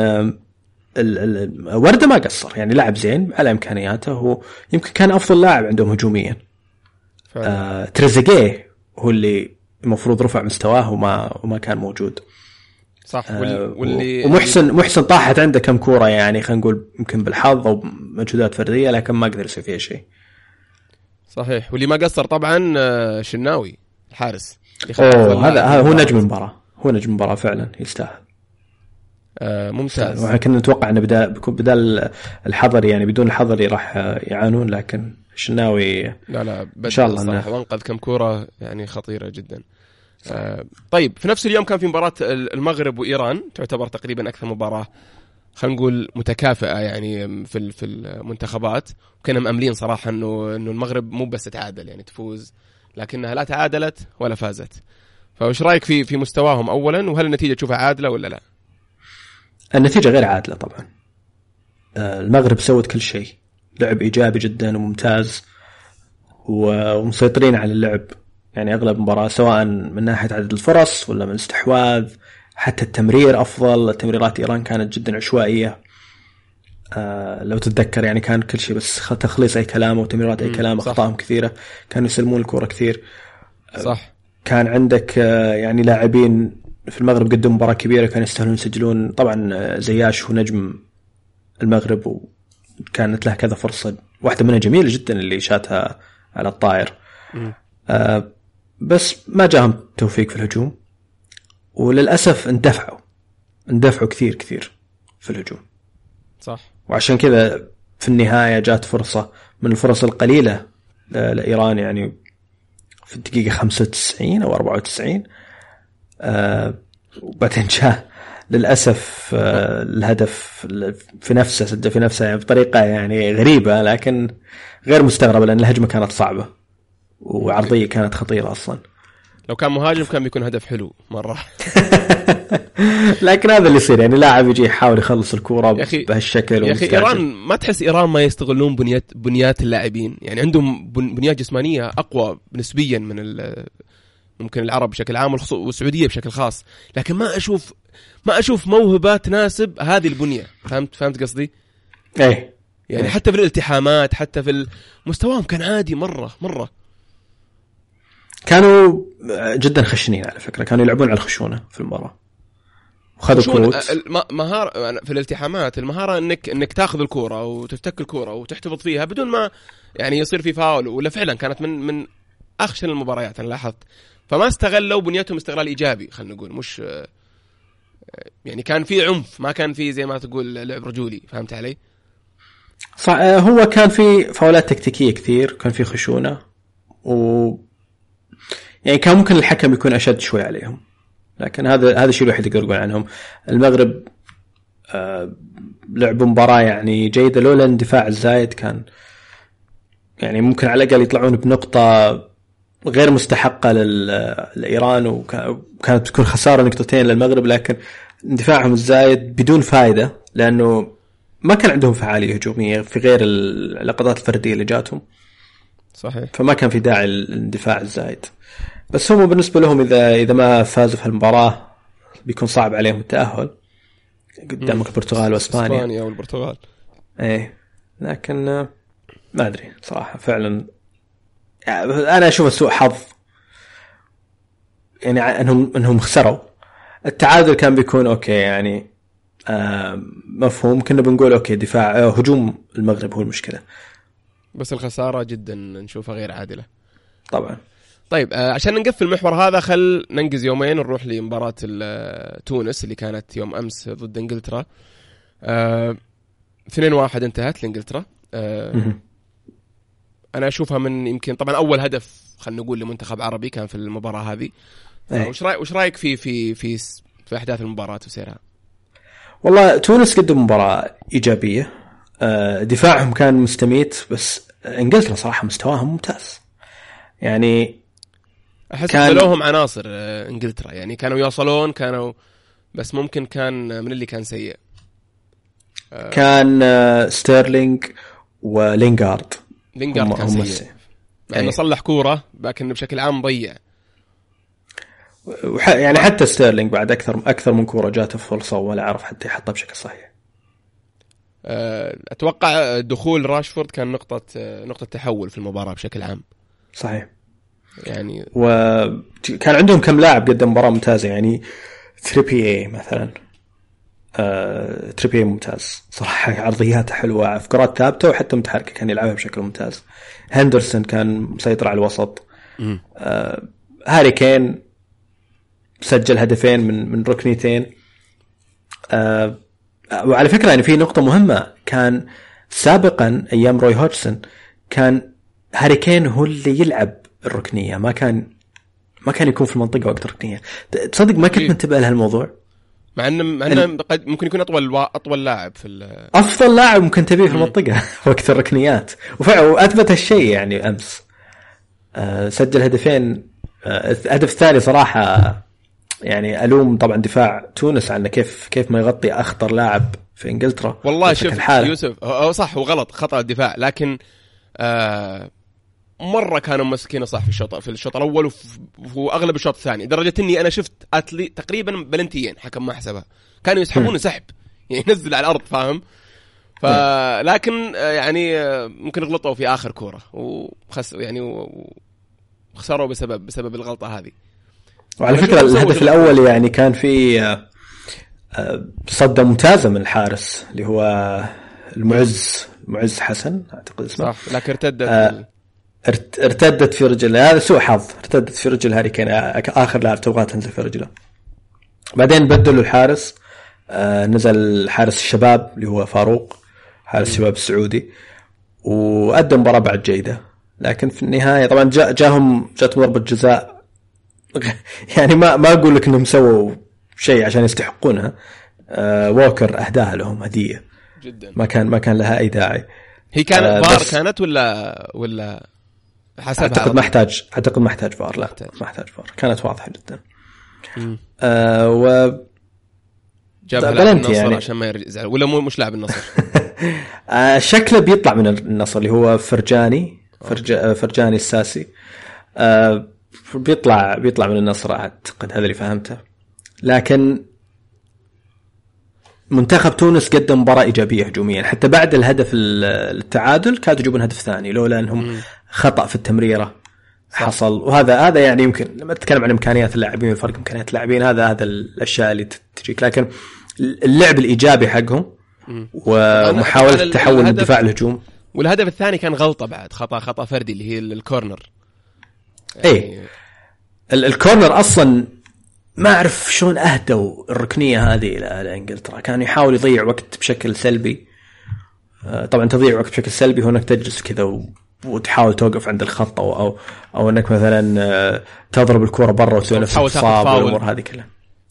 وردة ما قصر، يعني لاعب زين على إمكانياته، هو يمكن كان أفضل لاعب عندهم هجوميا. تريزيجيه هو اللي المفروض رفع مستواه وما كان موجود. صح. واللي ومحسن طاحت عنده كم كورة يعني خلينا نقول يمكن بالحظ أو مجهودات فردية لكن ما قدر يسوي فيها شيء. صحيح. واللي ما قصر طبعا شناوي الحارس. هذا هو نجم المباراة، هو نجم المباراة فعلا يستاهل. ممتاز. وإحنا كنا نتوقع إنه بيكون بدال الحضري يعني بدون الحضري راح يعانون لكن شناوي لا إن شاء الله إنه وانقذ كم كورة يعني خطيرة جدا. طيب في نفس اليوم كان في مباراة المغرب وإيران تعتبر تقريبا أكثر مباراة خلينا نقول متكافئة يعني في المنتخبات، وكنا مأملين صراحة إنه المغرب مو بس تتعادل يعني تفوز، لكنها لا تعادلت ولا فازت. فوش رأيك في مستواهم أولا، وهل النتيجة تشوفها عادلة ولا لا؟ النتيجة غير عادلة طبعا. المغرب سوت كل شيء، لعب إيجابي جدا وممتاز ومسيطرين على اللعب يعني أغلب المباراة، سواء من ناحية عدد الفرص ولا من الاستحواذ، حتى التمرير أفضل. تمريرات إيران كانت جدا عشوائية. لو تتذكر يعني كان كل شيء بس تخليص أي كلام وتمريرات أي كلام، أخطائهم كثيرة، كانوا يسلمون الكرة كثير. صح. كان عندك يعني لاعبين في المغرب قدموا مباراة كبيرة كانوا يستاهلون يسجلون. طبعا زياش هو نجم المغرب وكانت له كذا فرصة، واحدة منها جميلة جدا اللي شاتها على الطائر. بس ما جاهم توفيق في الهجوم، وللأسف اندفعوا كثير في الهجوم. صح. وعشان كذا في النهاية جات فرصة من الفرص القليلة لإيران يعني في الدقيقة 95 أو 94. وبعدين جاء للأسف الهدف في نفسه، سد في نفسه يعني بطريقة يعني غريبة لكن غير مستغربة، لأن الهجمة كانت صعبة وعرضية كانت خطيرة أصلا. لو كان مهاجم كان بيكون هدف حلو مرة. لكن هذا اللي يصير يعني لاعب يجي يحاول يخلص الكرة بهالشكل. يا أخي إيران ما تحس إيران ما يستغلون بنيات اللاعبين؟ يعني عندهم بنيات جسمانية أقوى نسبيا من ممكن العرب بشكل عام والسعودية بشكل خاص، لكن ما أشوف موهبة تناسب هذه البنية. فهمت قصدي؟ إيه يعني حتى في الالتحامات، حتى في مستواهم كان عادي مرة. كانوا جدا خشنين على فكرة، كانوا يلعبون على الخشونة في المباراة وخذوا كروت. مهارة في الالتحامات، المهارة انك تاخذ الكرة وتفتك الكرة وتحتفظ فيها بدون ما يعني يصير في فاول، ولا فعلا كانت من اخشن المباريات انا لاحظت. فما استغلوا بنيتهم استغلال ايجابي، خلينا نقول مش يعني كان في عنف، ما كان في زي ما تقول لعب رجولي. فهمت علي؟ صح. هو كان في فاولات تكتيكية كثير، كان في خشونة يعني كان ممكن الحكم يكون أشد شوي عليهم، لكن هذا الشيء الوحيد اللي يقول عنهم. المغرب لعبوا مباراة يعني جيدة، لولا اندفاع الزايد كان يعني ممكن على الأقل يطلعون بنقطة غير مستحقة لإيران، وكانت بتكون خسارة نقطتين للمغرب، لكن اندفاعهم الزايد بدون فائدة لأنه ما كان عندهم فعالية هجومية في غير اللقطات الفردية اللي جاتهم. صحيح. فما كان في داعي للاندفاع الزايد. بس هم بالنسبة لهم إذا ما فازوا في المباراة بيكون صعب عليهم التأهل قدامك البرتغال وإسبانيا. إسبانيا والبرتغال. إيه لكن ما أدري صراحة فعلا يعني أنا أشوف سوء حظ يعني أنهم خسروا. التعادل كان بيكون أوكي يعني مفهوم، كنا بنقول أوكي دفاع هجوم المغرب هو المشكلة، بس الخسارة جدا نشوفها غير عادلة طبعا. طيب عشان نقفل المحور هذا خل ننجز يومين ونروح لمباراة تونس اللي كانت يوم أمس ضد إنجلترا. 2-1 انتهت لإنجلترا. أنا أشوفها من يمكن طبعا أول هدف خلنا نقول لمنتخب عربي كان في المباراة هذه. وش رأيك في أحداث المباراة وسيرها؟ والله تونس قدموا مباراة إيجابية، دفاعهم كان مستميت، بس إنجلترا صراحة مستواهم ممتاز يعني. أحس لهم عناصر إنجلترا يعني كانوا يوصلون بس ممكن كان من اللي كان سيء كان ستيرلينج ولينغارد كان سيء يعني صلح كورة لكن بشكل عام ضيع يعني حتى ستيرلينج بعد أكثر من كورة جاته فرصة ولا عرف حتى يحطها بشكل صحيح. أتوقع دخول راشفورد كان نقطة تحول في المباراة بشكل عام. صحيح. يعني وكان عندهم كم لاعب قدم مباراة ممتازة يعني تريبييه مثلا. تريبييه ممتاز صراحة، عرضياته حلوة، أفكارات ثابتة وحتى متحركة، كان يلعبها بشكل ممتاز. هندرسون كان مسيطر على الوسط. هاري كين سجل هدفين من ركنيتين. وعلى فكرة يعني في نقطة مهمة، كان سابقا أيام روي هودجسون كان هاري كين هو اللي يلعب الركنية، ما كان يكون في المنطقة وقت الركنية. تصدق ما كنت منتبه لهالموضوع، مع انه قد ممكن يكون اطول لاعب افضل لاعب ممكن تبيه في المنطقة وقت الركنيات، واثبت هالشيء يعني امس. سجل هدفين. الهدف الثاني صراحة يعني ألوم طبعا دفاع تونس عنه كيف ما يغطي أخطر لاعب في إنجلترا. والله شوف يوسف، هو صح وغلط خطأ الدفاع، لكن مرة كانوا مسكينه صح في الشوط الأول وأغلب الشوط الثاني، درجة إني أنا شفت تقريبا بلنتيين حكم ما حسبها، كانوا يسحبون سحب يعني ينزل على الأرض، فاهم؟ لكن يعني ممكن غلطوا في آخر كورة وخسروا بسبب الغلطة هذه. وعلى فكرة الهدف الأول يعني كان في صدة ممتازة من الحارس اللي هو المعز حسن أعتقد اسمه، صح، لكن ارتدت في رجله، هذا سوء حظ، ارتدت في رجل هاري كين، آخر لاعب تبغى تنزل في رجله. بعدين بدلوا الحارس، نزل حارس الشباب اللي هو فاروق، حارس الشباب السعودي، وقدم مباراة بعد جيدة. لكن في النهاية طبعا جاتهم ضربة جزاء يعني ما أقول لك إنهم سووا شيء عشان يستحقونها. ووكر أهداها لهم هدية جدا، ما كان لها أي داعي. هي كانت فار كانت ولا حسبها؟ أعتقد ما احتاج فار، لا ما احتاج فار، كانت واضحة جدا. جابها لاعب النصر يعني عشان ما يزعل، ولا مش لاعب النصر؟ شكله بيطلع من النصر اللي هو فرجاني الساسي. بيطلع من النصر أعتقد، هذا اللي فهمته. لكن منتخب تونس قدم مباراة إيجابية هجوميا، حتى بعد الهدف التعادل كانوا يجيبون هدف ثاني لولا أنهم خطأ في التمريرة حصل. وهذا يعني يمكن لما تتكلم عن إمكانيات اللاعبين والفرق إمكانيات اللاعبين، هذا الأشياء اللي تجيك. لكن اللعب الإيجابي حقهم ومحاولة التحول من الدفاع للهجوم. والهدف الثاني كان غلطة بعد، خطأ فردي اللي هي الكورنر. يعني الكورنر أصلا ما أعرف شلون أهدوا الركنية هذه إلى إنجلترا، كان يحاول يضيع وقت بشكل سلبي. طبعا تضيع وقت بشكل سلبي هو أنك تجلس كذا وتحاول توقف عند الخط أو أنك مثلا تضرب الكرة برا وتسوي نفسك تصاب والأمور هذه كلها.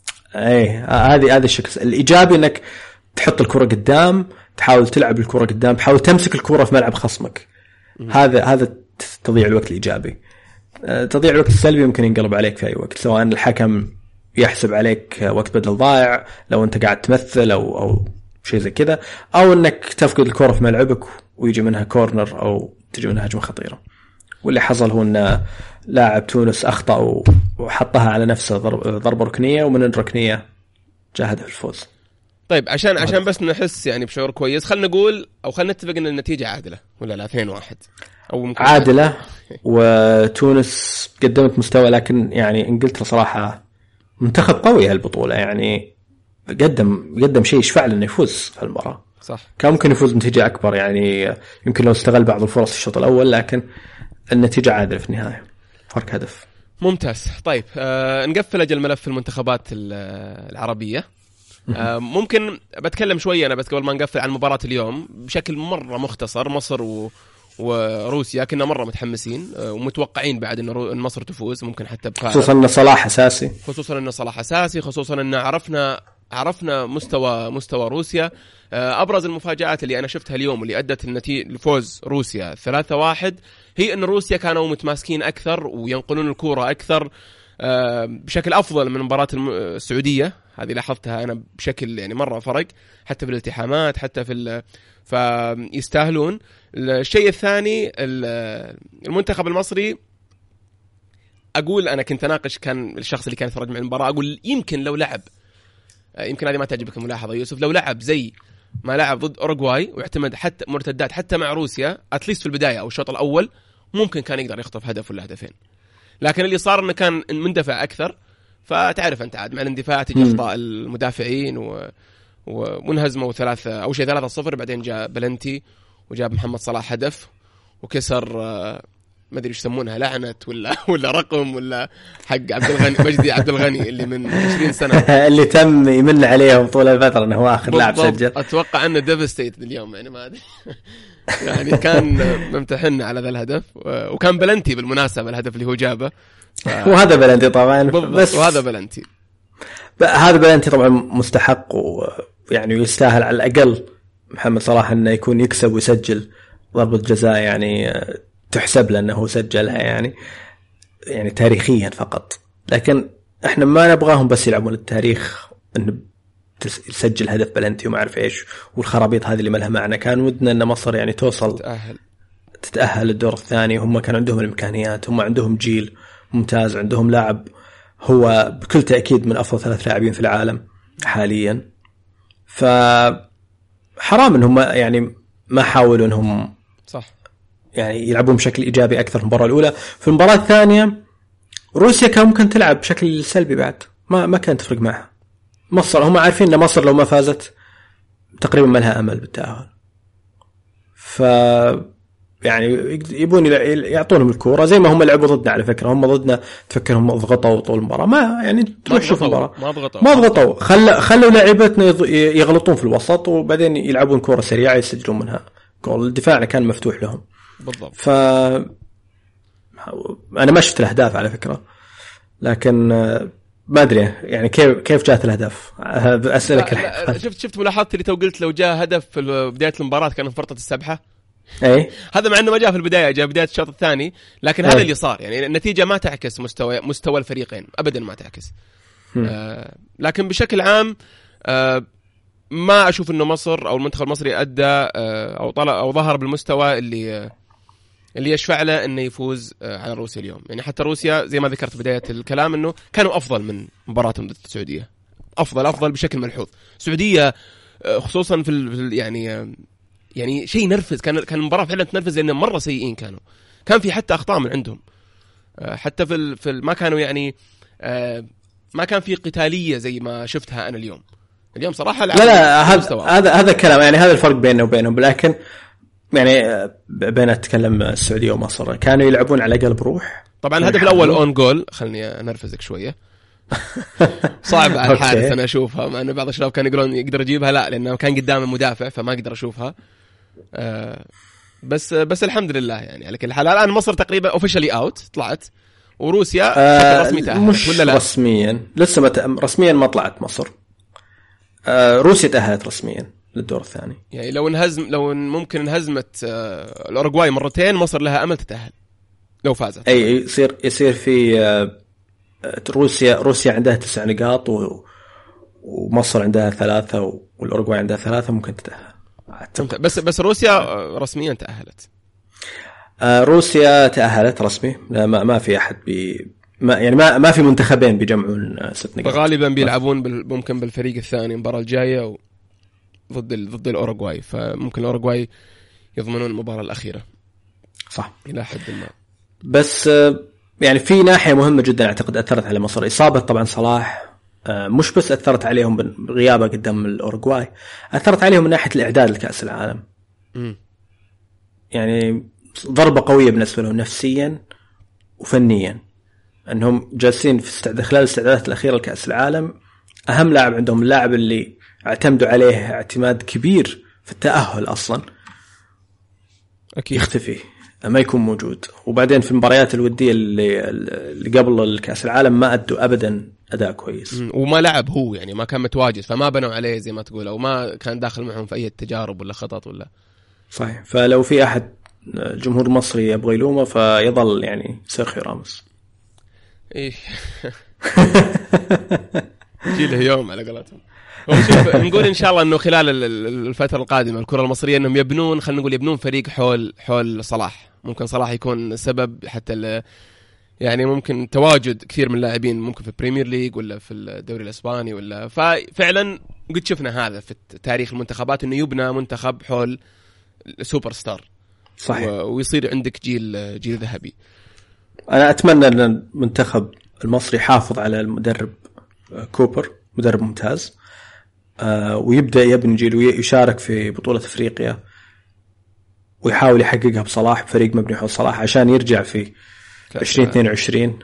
هذا الشكل الإيجابي، أنك تحط الكرة قدام، تحاول تلعب الكرة قدام، تحاول تمسك الكرة في ملعب خصمك. هذا تضيع الوقت الإيجابي. تضيع الوقت السلبي ممكن ينقلب عليك في أي وقت، سواء الحكم يحسب عليك وقت بدل ضائع لو أنت قاعد تمثل أو شيء زي كذا، أو أنك تفقد الكرة في ملعبك ويجي منها كورنر أو تجي منها هجمة خطيرة. واللي حصل هو أن لاعب تونس أخطأ وحطها على نفسه ضربة ركنية، ومن الركنية جاء هدف الفوز. طيب عشان بس نحس يعني بشعور كويس، خلنا نقول أو خلنا نتفق أن النتيجة عادلة ولا لا 2-1 أو عادلة وتونس قدمت مستوى. لكن يعني إنجلترا صراحة منتخب قوي هالبطولة، يعني قدم شيء يشفع له إنه يفوز في المباراة. صح، كان ممكن يفوز بنتيجة أكبر، يعني يمكن لو استغل بعض الفرص في الشوط الأول، لكن النتيجة عادلة في النهاية، فرق هدف. ممتاز. طيب نقفل أجل ملف المنتخبات العربية. ممكن بتكلم شوية أنا بس قبل ما نقفل عن مباراة اليوم بشكل مرة مختصر. مصر وروسيا كنا مرة متحمسين ومتوقعين بعد إن مصر تفوز، ممكن حتى خصوصا إن صلاح أساسي، خصوصا إن عرفنا مستوى روسيا. أبرز المفاجآت اللي أنا شفتها اليوم اللي أدت النتيجة لفوز روسيا 3-1 هي أن روسيا كانوا متماسكين أكثر وينقلون الكرة أكثر بشكل أفضل من مباراة السعودية. هذه لاحظتها أنا بشكل يعني مرة فرق، حتى في الالتحامات حتى فيستاهلون. الشيء الثاني المنتخب المصري، أقول أنا كنت أناقش كان الشخص اللي كان يتفرج مع المباراة، أقول يمكن لو لعب، يمكن هذه ما تعجبك الملاحظة يوسف، لو لعب زي ما لعب ضد أوروغواي واعتمد حتى مرتدات حتى مع روسيا أتليست في البداية أو الشوط الأول، ممكن كان يقدر يخطف هدف ولا هدفين. لكن اللي صار انه كان مندفع اكثر، فتعرف انت عاد مع الاندفاع تجي اخطاء المدافعين وانهزموا 3-0. بعدين جاء بلنتي وجاب محمد صلاح هدف وكسر ما ادري ايش يسمونها، لعنه ولا رقم ولا حق عبد الغني مجدي عبد الغني اللي من 20 سنه اللي تم يمن عليهم طول الفتره انه هو اخر لاعب سجل. اتوقع انه ديفستيت اليوم يعني ما ادري يعني كان ممتحن على ذا الهدف، وكان بلنتي بالمناسبه الهدف اللي هو جابه وهذا بلنتي طبعا بس وهذا بلنتي هذا بلنتي طبعا مستحق، ويعني يستاهل على الاقل محمد صلاح انه يكون يكسب ويسجل ضربة جزاء يعني تحسب له انه سجلها يعني تاريخيا فقط. لكن احنا ما نبغاهم بس يلعبون التاريخ انه يسجل هدف بلنتي وما اعرف ايش والخرابيط هذه اللي ما لها معنى. كان ودنا ان مصر يعني توصل تتأهل الدور الثاني. هم كان عندهم الامكانيات، هم عندهم جيل ممتاز، عندهم لاعب هو بكل تأكيد من افضل 3 لاعبين في العالم حاليا. فحرام انهم يعني ما حاولوا انهم صح يعني يلعبون بشكل ايجابي اكثر في المباراه الاولى. في المباراه الثانيه روسيا كان ممكن تلعب بشكل سلبي بعد، ما كانت تفرق معها. مصر هم عارفين ان مصر لو ما فازت تقريبا ما لها امل بالتاهل، ف يعني يبون يعطونهم الكوره زي ما هم لعبوا ضدنا. على فكره هم ضدنا تفكر هم ضغطوا طول المباراه، ما يعني تروح شوف المباراه ما ضغطوا خلوا لاعبتنا يغلطون في الوسط وبعدين يلعبون كوره سريعه يسجلون منها جول. دفاعنا كان مفتوح لهم بالضبط. انا ما شفت الاهداف على فكره، لكن ما ادري يعني كيف جاءت الاهداف. اسالك شفت ملاحظتي اللي تو قلت لو جاء هدف في بدايه المباراه كان فرطه السبحه. اي هذا مع انه ما جاء في البدايه، جاء بدايه الشوط الثاني، لكن هذا اللي صار. يعني النتيجه ما تعكس مستوى الفريقين ابدا، ما تعكس. لكن بشكل عام ما اشوف انه مصر او المنتخب المصري ادى او ظهر بالمستوى اللي يشفع له انه يفوز على روسيا اليوم. يعني حتى روسيا زي ما ذكرت بدايه الكلام انه كانوا افضل من مباراتهم ضد السعوديه، افضل بشكل ملحوظ. السعوديه خصوصا في يعني شيء نرفز، كان المباراه فعلا تنرفز لان مره سيئين كان في حتى اخطاء من عندهم، حتى في ما كانوا يعني ما كان في قتاليه زي ما شفتها انا اليوم صراحه. لا هذا كلام يعني هذا الفرق بيننا وبينهم. لكن يعني بين اتكلم السعوديه ومصر كانوا يلعبون على قلب روح. طبعا الهدف الاول اون جول، خلني انرفزك شويه صعب على الحارس انا اشوفها، مع انه بعض الشباب كانوا يقولون يقدر يجيبها، لا لانه كان قدام المدافع فما اقدر اشوفها. بس الحمد لله يعني على كل حال الان مصر تقريبا اوفيشالي اوت طلعت، وروسيا بشكل رسمي تأهلت مش ولا لا؟ رسميا لسه رسميا ما طلعت مصر. روسيا تأهلت رسميا للدور الثاني. يعني لو ممكن انهزمت الأوروغواي مرتين مصر لها أمل تتأهل لو فازت. أي يصير في روسيا عندها 9 نقاط ومصر عندها 3 والأوروغواي عندها 3 ممكن تتأهل. بس روسيا رسميا تأهلت. روسيا تأهلت رسمي، ما في أحد ما في منتخبين بيجمعون 6 نقاط. غالبا بيلعبون ممكن بالفريق الثاني المباراة الجاية ضد الأوروغواي، فممكن الأوروغواي يضمنون المباراة الأخيرة صح إلى حد ما. بس يعني في ناحية مهمة جدا أعتقد أثرت على مصر، إصابة طبعا صلاح. مش بس أثرت عليهم بغيابه قدام الأوروغواي، أثرت عليهم من ناحية الإعداد لكأس العالم. يعني ضربة قوية بالنسبة لهم نفسيا وفنيا، أنهم جالسين في خلال الاستعدادات الأخيرة لكأس العالم أهم لاعب عندهم، اللاعب اللي اعتمدوا عليه اعتماد كبير في التأهل أصلا أكيد يختفي، ما يكون موجود. وبعدين في المباريات الودية اللي قبل الكأس العالم ما أدوا أبدا أداء كويس، وما لعب هو يعني ما كان متواجد، فما بنوا عليه زي ما تقول، أو ما كان داخل معهم في أي تجارب ولا خطط ولا. صحيح. فلو في أحد الجمهور المصري يبغى يلومه فيظل يعني سيرخيو راموس. إيه جيله يوم على قولتهم. نقول إن شاء الله إنه خلال الفترة القادمة الكرة المصرية إنهم يبنون فريق حول صلاح. ممكن صلاح يكون سبب حتى يعني ممكن تواجد كثير من اللاعبين ممكن في البريمير ليج ولا في الدوري الإسباني ولا. ففعلا قد شفنا هذا في تاريخ المنتخبات إنه يبنى منتخب حول سوبر ستار. صحيح. ويصير عندك جيل ذهبي. انا اتمنى ان المنتخب المصري يحافظ على المدرب كوبر، مدرب ممتاز، ويبدا يبني جيل ويشارك في بطوله افريقيا ويحاول يحققها بصلاح، بفريق مبني حول صلاح، عشان يرجع في 2022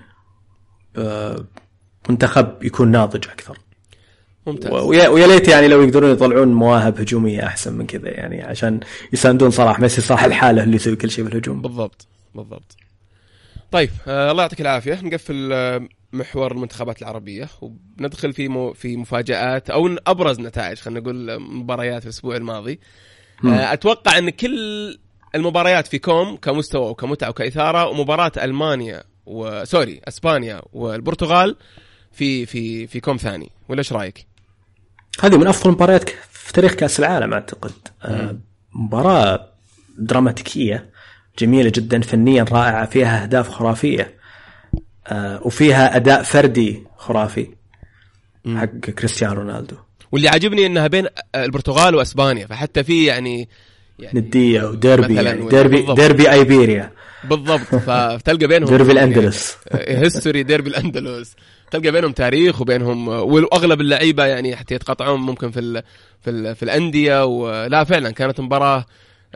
منتخب يكون ناضج اكثر. ممتاز. ويا ليت يعني لو يقدرون يطلعون مواهب هجوميه احسن من كذا، يعني عشان يساندون صلاح، ما يصير صلاح الحاله اللي يسوي كل شيء بالهجوم. بالضبط. طيب الله يعطيك العافيه. نقفل محور المنتخبات العربيه وندخل في مفاجآت او ابرز نتائج، خلينا نقول مباريات الاسبوع الماضي. اتوقع ان كل المباريات في كوم كمستوى وكمتعه وكاثاره، ومباراه المانيا اسبانيا والبرتغال في كوم ثاني، ولا ايش رايك؟ هذه من افضل المباريات في تاريخ كاس العالم اعتقد. مباراه دراماتيكيه جميله جدا، فنيا رائعه، فيها اهداف خرافيه، وفيها اداء فردي خرافي حق كريستيانو رونالدو. واللي عاجبني انها بين البرتغال واسبانيا، فحتى في يعني نديه وديربي، يعني ديربي ايبيريا بالضبط. فتلقى بينهم ديربي الاندلس، هيستوري ديربي الاندلس، تلقى بينهم تاريخ وبينهم، واغلب اللعيبه يعني حتى يتقاطعون ممكن في الانديه. ولا فعلا كانت مباراه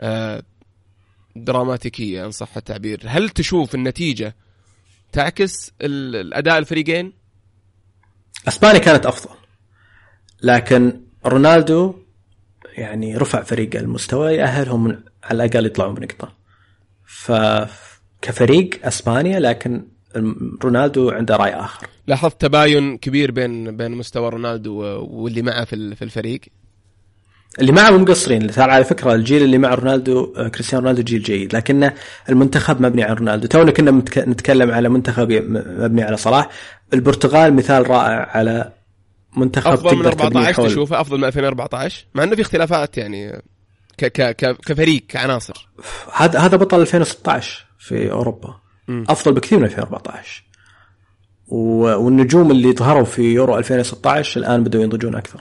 دراماتيكيه ان صح التعبير. هل تشوف النتيجه تعكس الاداء الفريقين؟ اسبانيا كانت افضل، لكن رونالدو يعني رفع فريق المستوى يأهلهم على الأقل يطلعون بنقطة. فكفريق أسبانيا، لكن رونالدو عنده رأي آخر. لاحظت تباين كبير بين مستوى رونالدو واللي معه في الفريق. اللي معه مقصرين. ترى على فكرة الجيل اللي مع رونالدو كريستيانو رونالدو جيل جيد، لكن المنتخب مبني على رونالدو. تونا كنا نتكلم على منتخب مبني على صلاح. البرتغال مثال رائع على منتخب أفضل من 14. تشوفه أفضل من 2014 مع أنه في اختلافات يعني كفريق كعناصر. هذا بطل 2016 في أوروبا. أفضل بكثير من 2014. والنجوم اللي ظهروا في يورو 2016 الآن بدأوا ينضجون أكثر.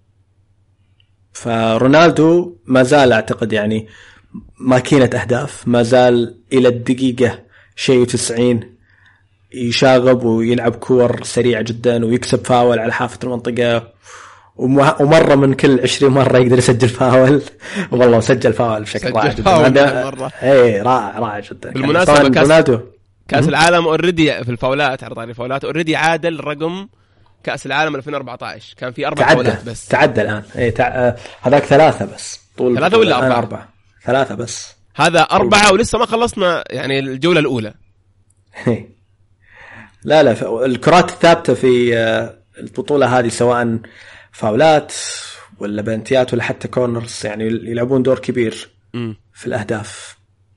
فرونالدو ما زال أعتقد يعني ماكينة أهداف، ما زال إلى الدقيقة شيء 90 يشاغب ويلعب كور سريعة جدا ويكسب فاول على حافة المنطقة، ومرة من كل 20 مرة يقدر يسجل فاول. والله سجل فاول بشكل رائع جدا. ايه رائع جدا. بالمناسبة كأس العالم اوريدي في الفاولات، على طاري الفاولات اوريدي عادل رقم كأس العالم 2014 كان في 4 فاولات بس. تعدى الآن. ايه هذاك 3 بس. طول 3 ولا 4؟ 3 بس. هذا 4 ولسه ما خلصنا يعني الجولة الأولى. لا الكرات الثابتة في البطولة هذه سواء فاولات ولا بنتيات ولا حتى كورنرز يعني يلعبون دور كبير في الأهداف.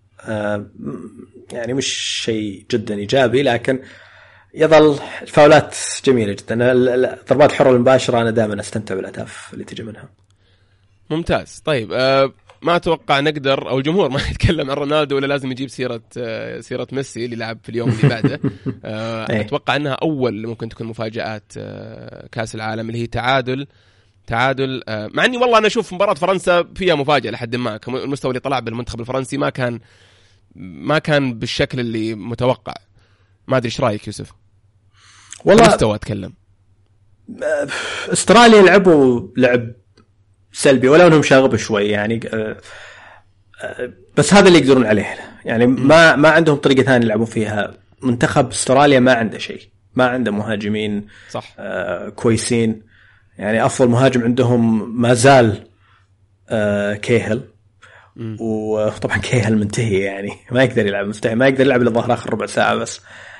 يعني مش شيء جدا إيجابي، لكن يظل الفاولات جميلة جدا. الضربات الحرة المباشرة أنا دائما أستمتع بالأهداف اللي تجي منها. ممتاز. طيب ما أتوقع نقدر أو الجمهور ما يتكلم عن رونالدو ولا لازم يجيب سيرة ميسي اللي لعب في اليوم اللي بعده. أتوقع أنها أول ممكن تكون مفاجآت كأس العالم اللي هي تعادل. مع أني والله أنا أشوف مباراة فرنسا فيها مفاجأة لحد ما. المستوى اللي طلع بالمنتخب الفرنسي ما كان بالشكل اللي متوقع. ما أدري إيش رأيك يوسف؟ والله مستوى أتكلم. استراليا لعبوا لعب سلبي ولو انهم شاغبوا شوي يعني، بس هذا اللي يقدرون عليه يعني. ما عندهم طريقه ثانيه يلعبوا فيها. منتخب استراليا ما عنده شيء، ما عنده مهاجمين صح كويسين يعني. افضل مهاجم عندهم ما زال كيهل، وطبعا كيهل منتهي يعني ما يقدر يلعب، مستحيل ما يقدر يلعب الا ظهر اخر ربع ساعه بس.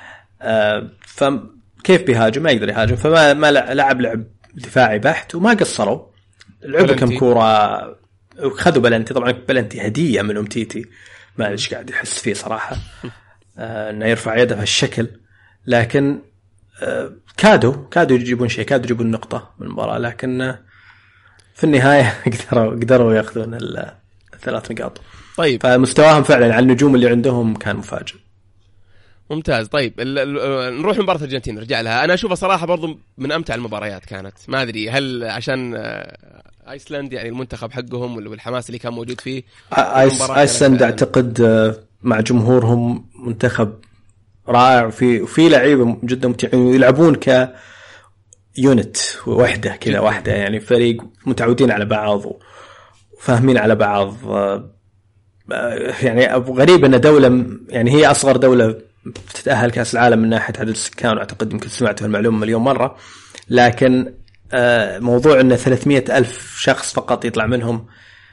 فكيف بيهاجم؟ ما يقدر يهاجم. فما لعب دفاعي بحت، وما قصروا. لعبوا كم كورة وخذوا بلنتي. طبعا بلنتي هدية من أمتيتي، ما إيش قاعد يحس فيه صراحة إنه يرفع يده بهالشكل. لكن كادوا يجيبون شيء، كادوا يجيبون نقطة من المباراة، لكن في النهاية قدروا يأخذون 3 نقاط. طيب فمستواهم فعلا على النجوم اللي عندهم كان مفاجئ. ممتاز. طيب نروح مباراة الأرجنتين نرجع لها. أنا أشوفها صراحة برضو من أمتع المباريات كانت. ما أدري هل عشان آيسلند يعني المنتخب حقهم والحماس اللي كان موجود فيه. آيسلند أعتقد مع جمهورهم منتخب رائع، وفي لعيبه جدا ممتعين يلعبون كيونت وحده كذا واحده، يعني فريق متعودين على بعض وفاهمين على بعض. يعني غريب ان دوله يعني هي اصغر دوله بتتاهل كاس العالم من ناحيه عدد السكان، واعتقد يمكن سمعت المعلومه مليون مره، لكن موضوع ان 300,000 شخص فقط يطلع منهم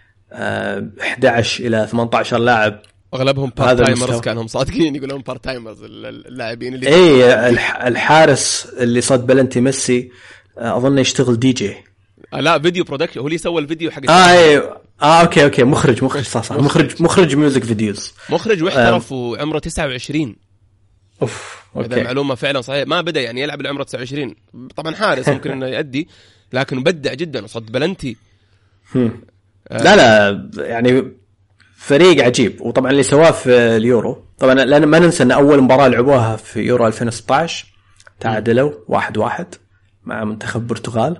11 الى 18 لاعب، اغلبهم بارت تايمرز، كانهم صادقين يقولون بارت تايمرز اللاعبين اللي الحارس اللي صد بلنتي ميسي اظن يشتغل دي جي، لا فيديو برودكشن، هو اللي سوى الفيديو حق اوكي مخرج صح مخرج ميوزك فيديوز، مخرج واحترف وعمره 29. اوكي هذا معلومه فعلا صحيح، ما بدا يعني يلعب العمره 29، طبعا حارس ممكن انه يؤدي، لكن مبدع جدا وصد بلنتي. لا يعني فريق عجيب. وطبعا اللي سواه في اليورو، طبعا لان ما ننسى ان اول مباراه لعبوها في يورو 2016 تعادلوا 1-1 مع منتخب البرتغال،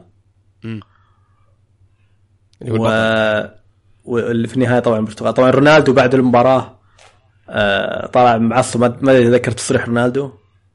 واللي في النهايه طبعا البرتغال. طبعا رونالدو بعد المباراه طلع معصب، ما ذكر تصريح رونالدو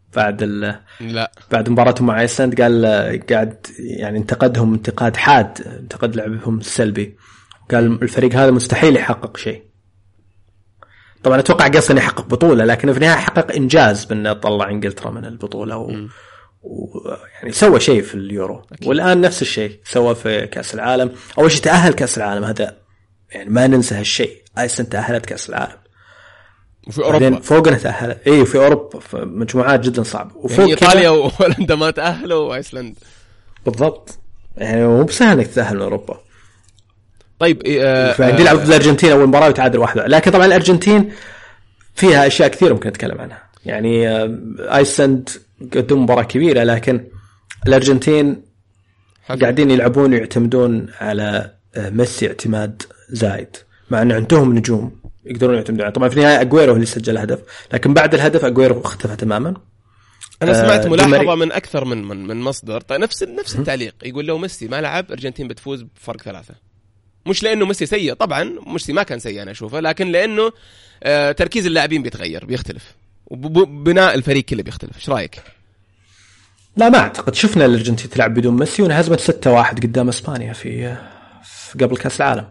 بعد مباراتهم مع ايسلند، قال قاعد يعني انتقدهم انتقاد حاد، انتقد لعبهم السلبي، قال الفريق هذا مستحيل يحقق شيء. طبعا اتوقع قصدي يحقق بطوله، لكن في النهايه حقق انجاز بانه طلع انجلترا من البطوله ويعني سوى شيء في اليورو أكيد. والان نفس الشيء سوى في كاس العالم. اول شيء تاهل كاس العالم، هذا يعني ما ننسى هالشيء، ايسلند تاهلت كاس العالم وفي اوروبا فوقنا تاهلت، في اوروبا في مجموعات جدا صعبه، وفوق يعني ايطاليا وهولندا ما تاهلوا وايسلند بالضبط، يعني مو بسهل انك تتاهل من اوروبا. طيب فعندي لعب الارجنتين اول مباراه وتعادل 1-1، لكن طبعا الارجنتين فيها اشياء كثيره ممكن نتكلم عنها. يعني ايسلند قدموا مباراه كبيره، لكن الارجنتين قاعدين يلعبون ويعتمدون على ميسي اعتماد زايد، مع ان عندهم نجوم يقدرون يعتمدون عليها. طبعا في النهايه اغويرو اللي سجل هدف، لكن بعد الهدف اغويرو اختفى تماما. انا سمعت ملاحظه من اكثر من مصدر، طيب نفس التعليق، يقول لو ميسي ما لعب الارجنتين بتفوز بفرق 3. مش لانه ميسي سيء، طبعا ميسي ما كان سيء انا اشوفه، لكن لانه تركيز اللاعبين بيختلف، وبناء الفريق كله بيختلف. ايش رايك؟ لا ما اعتقد، شفنا الارجنتين تلعب بدون ميسي وانهزمت 6-1 قدام اسبانيا في قبل كاس العالم.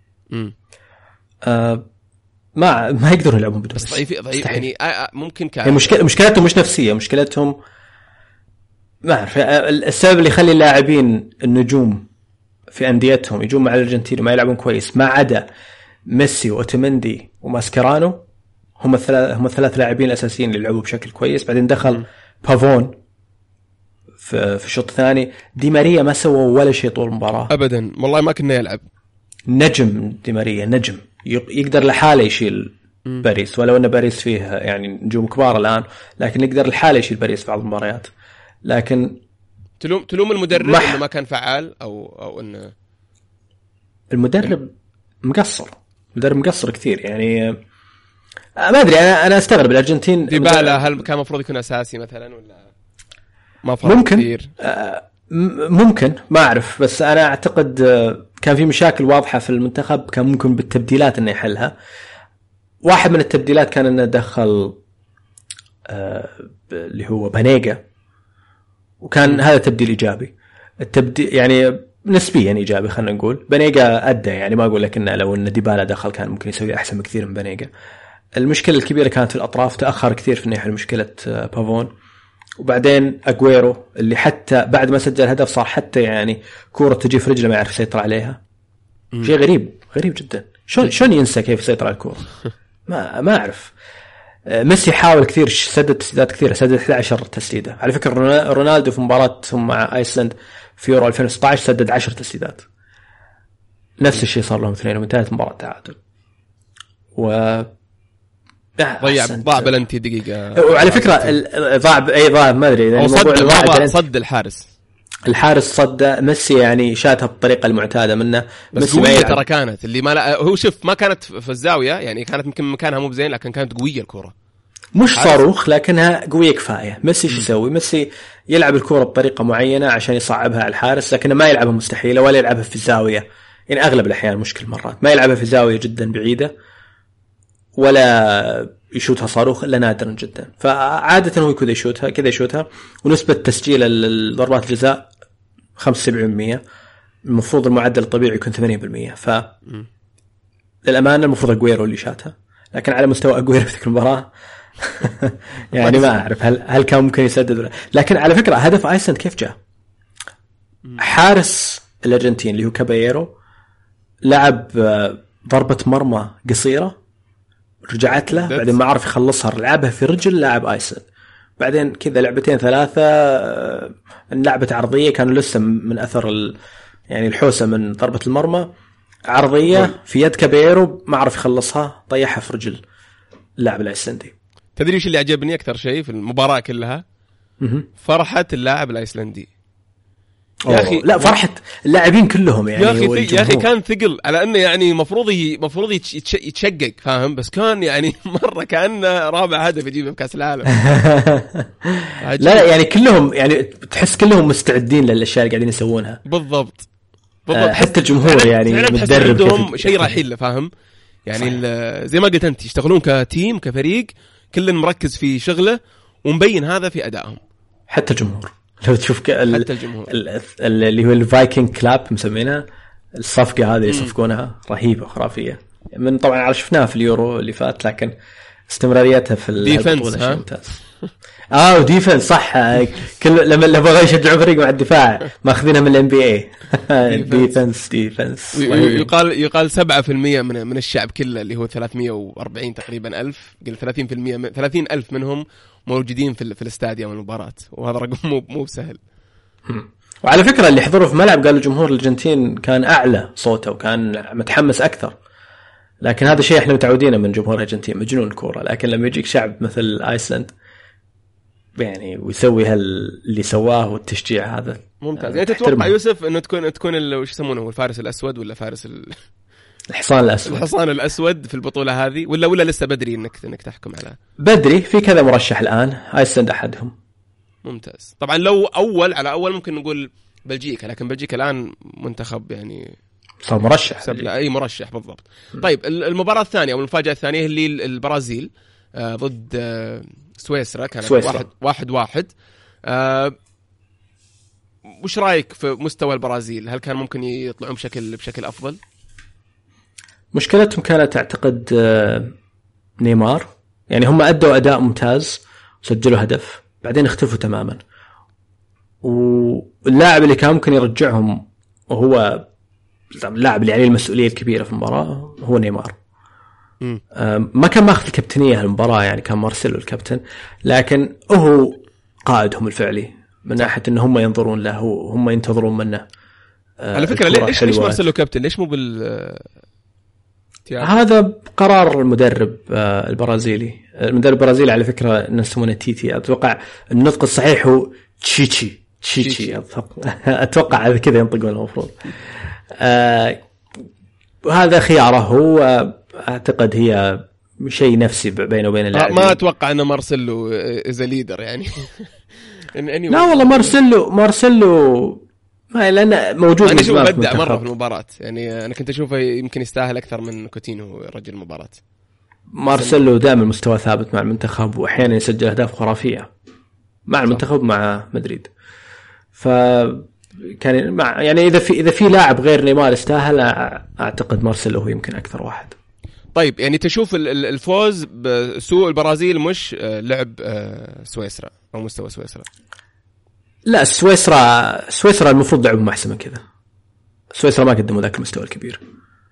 ما يقدرون يلعبون بدون ميسي. ضعيف يعني ممكن كان مشكلتهم مش نفسيه، مشكلتهم ما اعرف السبب اللي يخلي اللاعبين النجوم في انديتهم يجون مع الارجنتين وما يلعبون كويس، ما عدا ميسي واوتمندي وماسكرانو، هم الثلاث لاعبين الاساسيين اللي لعبوا بشكل كويس. بعدين دخل بافون في الشوط الثاني، دي ماريا ما سوى ولا شيء طول المباراه ابدا، والله ما كنا يلعب. نجم دي ماريا، نجم يقدر لحاله يشيل باريس، ولو ان باريس فيه يعني نجوم كبار الان، لكن يقدر لحاله يشيل باريس في بعض المباريات. لكن تلوم المدرب انه ما كان فعال او انه المدرب مقصر، كثير يعني. ما ادري، انا استغرب الارجنتين. ديبالا هل كان المفروض يكون اساسي مثلا ولا ما فرق ممكن كثير؟ ممكن ما اعرف، بس انا اعتقد كان في مشاكل واضحه في المنتخب، كان ممكن بالتبديلات انه يحلها. واحد من التبديلات كان انه دخل اللي هو بانيجا، وكان هذا تبديل ايجابي. التبديل يعني نسبيا ايجابي، خلينا نقول. بانيجا ادى، يعني ما اقول لك انه لو ان ديبالا دخل كان ممكن يسوي احسن بكثير من بانيجا. المشكله الكبيره كانت في الاطراف، تاخر كثير في انه يحل مشكله بافون. وبعدين اغويرو اللي حتى بعد ما سجل هدف صار حتى يعني كوره تجي في رجله ما يعرف يسيطر عليها. شيء غريب جدا. شلون ينسى كيف يسيطر على الكوره؟ ما اعرف. ميسي حاول كثير، سدد تسديدات كثيره، سدد 11 تسديده. على فكره رونالدو في مباراتهم مع ايسلند في يورو 2016 سدد 10 تسديدات. نفس الشيء صار لهم اثنين، وانتهت مباراه تعادل. ضاع بلنتي دقيقه. وعلى فكره ضاع ما ادري يعني صد الحارس صد ميسي، يعني شاتها بالطريقه المعتاده منه. بس قويه ترى كانت، اللي ما هو شوف ما كانت في الزاويه، يعني كانت يمكن مكانها مو بزين، لكن كانت قويه الكره، مش صاروخ لكنها قويه كفايه. ميسي شو يسوي؟ ميسي يلعب الكره بطريقه معينه عشان يصعبها على الحارس، لكنه ما يلعبها مستحيله ولا يلعبها في الزاويه. يعني اغلب الاحيان، مشكل مرات ما يلعبها في زاويه جدا بعيده، ولا يشوتها صاروخ الا نادرا جدا. فعاده هو كذا يشوتها ونسبه تسجيل الضربات الجزاء 75%. المفروض المعدل الطبيعي يكون 80%. ف للامانه المفروض اغويرو اللي شاتها، لكن على مستوى اغويرو في المباراه يعني ما اعرف هل كان ممكن يسدد ولا. لكن على فكره هدف ايسلند كيف جاء؟ حارس الارجنتين اللي هو كابايرو لعب ضربه مرمى قصيره رجعت له، بعدين ما عرف يخلصها، لعبها في رجل لاعب ايسلند، بعدين كذا لعبتين ثلاثه لعبه عرضيه كانوا لسه من اثر يعني الحوسه من ضربه المرمى، عرضيه في يد كابيرو ما عرف يخلصها، طيحها في رجل اللاعب الايسلندي. تدري ايش اللي عجبني اكثر شيء في المباراه كلها؟ فرحه اللاعب الايسلندي يا اخي. لا فرحه اللاعبين كلهم يعني يا اخي كان ثقل على انه يعني مفروض يتشقق فاهم، بس كان يعني مره كانه رابع هدف يجيبه بكاس العالم. لا يعني كلهم يعني تحس كلهم مستعدين للاشياء اللي قاعدين يسوونها. بالضبط حتى الجمهور يعني متدرب عندهم شيء رايح له فاهم يعني زي ما قلت انت يشتغلون كتيم كفريق، كل مركز في شغله ومبين هذا في ادائهم. حتى الجمهور لو تشوف حتى الجمهور اللي هو الفايكنج كلاب مسمينها، الصفقه هذه يصفقونها رهيبه خرافيه. من طبعا على شفناها في اليورو اللي فات، لكن استمراريتها في البطوله شيء ممتاز. وديفنس صح. كل لما بغوا يشجعوا فريق مع الدفاع ماخذينها من NBA. ديفنس يقال 7% من الشعب كله اللي هو 340 تقريبا ألف، قل 30% منهم موجودين في الاستاديوم المباراة، وهذا رقم مو سهل. وعلى فكرة اللي حضروا في الملعب قالوا جمهور الأرجنتين كان أعلى صوته وكان متحمس أكثر، لكن هذا شيء احنا متعودينه من جمهور الأرجنتين، مجنون كورة. لكن لما يجيك شعب مثل آيسلند يعني ويسوي اللي سواه والتشجيع هذا ممتاز. يعني تتوقع يوسف انه تكون وش يسمونه الفارس الاسود ولا فارس الحصان الاسود في البطوله هذه، ولا لسه بدري انك تحكم على؟ بدري، في كذا مرشح الان، ايسلند احدهم. ممتاز. طبعا لو اول ممكن نقول بلجيكا، لكن بلجيكا الان منتخب يعني صار مرشح، اي مرشح بالضبط. طيب المباراه الثانيه او المفاجاه الثانيه اللي البرازيل ضد سويسرا، كانت 1-1. وش رايك في مستوى البرازيل؟ هل كان ممكن يطلعون بشكل افضل؟ مشكلتهم كانت اعتقد نيمار، يعني هم ادوا اداء ممتاز وسجلوا هدف، بعدين اختفوا تماما. واللاعب اللي كان ممكن يرجعهم وهو اللاعب اللي عليه المسؤوليه الكبيره في المباراه هو نيمار. ما كان ماخذ الكابتنيه المباراه، يعني كان مارسيلو الكابتن، لكن هو قائدهم الفعلي من ناحيه ان هم ينظرون له وهم ينتظرون منه. على فكره ليش مارسيلو كابتن؟ ليش مو هذا قرار المدرب البرازيلي. المدرب البرازيلي على فكره يسمونه تيتي، اتوقع النطق الصحيح هو تشيتشي اتوقع هذا كذا ينطقون المفروض. وهذا خياره هو، اعتقد هي شيء نفسي بينه وبين اللاعبين. ما اتوقع ان مارسيلو از ليدر يعني. لا والله مارسيلو ما لأنه موجود من زمان بدع مرة في المباراة، يعني أنا كنت أشوفه يمكن يستاهل أكثر من كوتينو رجل المباراة. مارسيلو دائما مستوى ثابت مع المنتخب، وأحيانا يسجل أهداف خرافية مع المنتخب مع مدريد. فكان يعني إذا في لاعب غير نيمار يستاهل، أعتقد مارسيلو هو يمكن أكثر واحد. طيب يعني تشوف الفوز بسوء البرازيل مش لعب سويسرا أو مستوى سويسرا؟ لا، سويسرا المفروض لعبهم أحسن من كذا. سويسرا ما قدموا ذاك المستوى الكبير،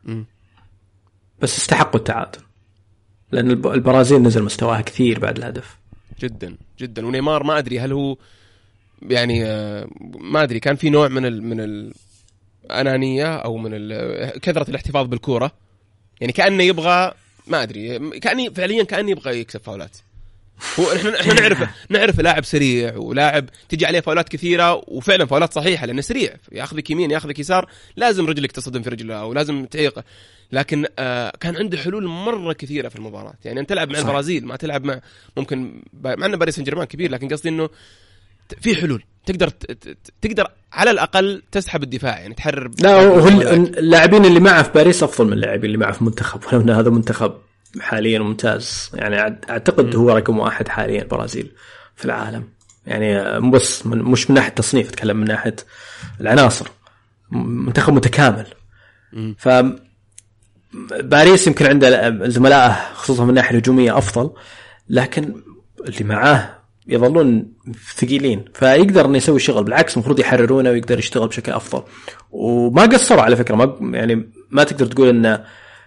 بس استحقوا التعادل، لأن البرازيل نزل مستواها كثير بعد الهدف جدا جدا. ونيمار ما أدري هل هو يعني ما أدري كان في نوع من الأنانية أو من كثرة الاحتفاظ بالكرة، يعني كأنه يبغى ما أدري فعليا كأنه يبغى يكسب فاولات. هو احنا نعرف لاعب سريع ولاعب تجي عليه فاولات كثيره، وفعلا فاولات صحيحه لانه سريع، ياخذك يمين ياخذك يسار، لازم رجلك تصدم في رجله او لازم تعيقه. لكن كان عنده حلول مره كثيره في المباراه. يعني انت تلعب مع البرازيل، ما تلعب مع ممكن مع انه باريس سان جيرمان كبير، لكن قصدي انه في حلول تقدر على الاقل تسحب الدفاع، يعني تحرر. لا، اللاعبين اللي معه في باريس افضل من اللاعبين اللي معه في المنتخب، ولو ان هذا منتخب حاليا ممتاز، يعني اعتقد هو رقم 1 حاليا برازيل في العالم، يعني بس مش من ناحيه تصنيف، اتكلم من ناحيه العناصر، منتخب متكامل. ف باريس يمكن عنده زملائه خصوصا من الناحيه الهجوميه افضل، لكن اللي معاه يظلون ثقيلين، فيقدر انه يسوي شغل. بالعكس المفروض يحررونه ويقدر يشتغل بشكل افضل، وما قصروا على فكره. ما تقدر تقول انه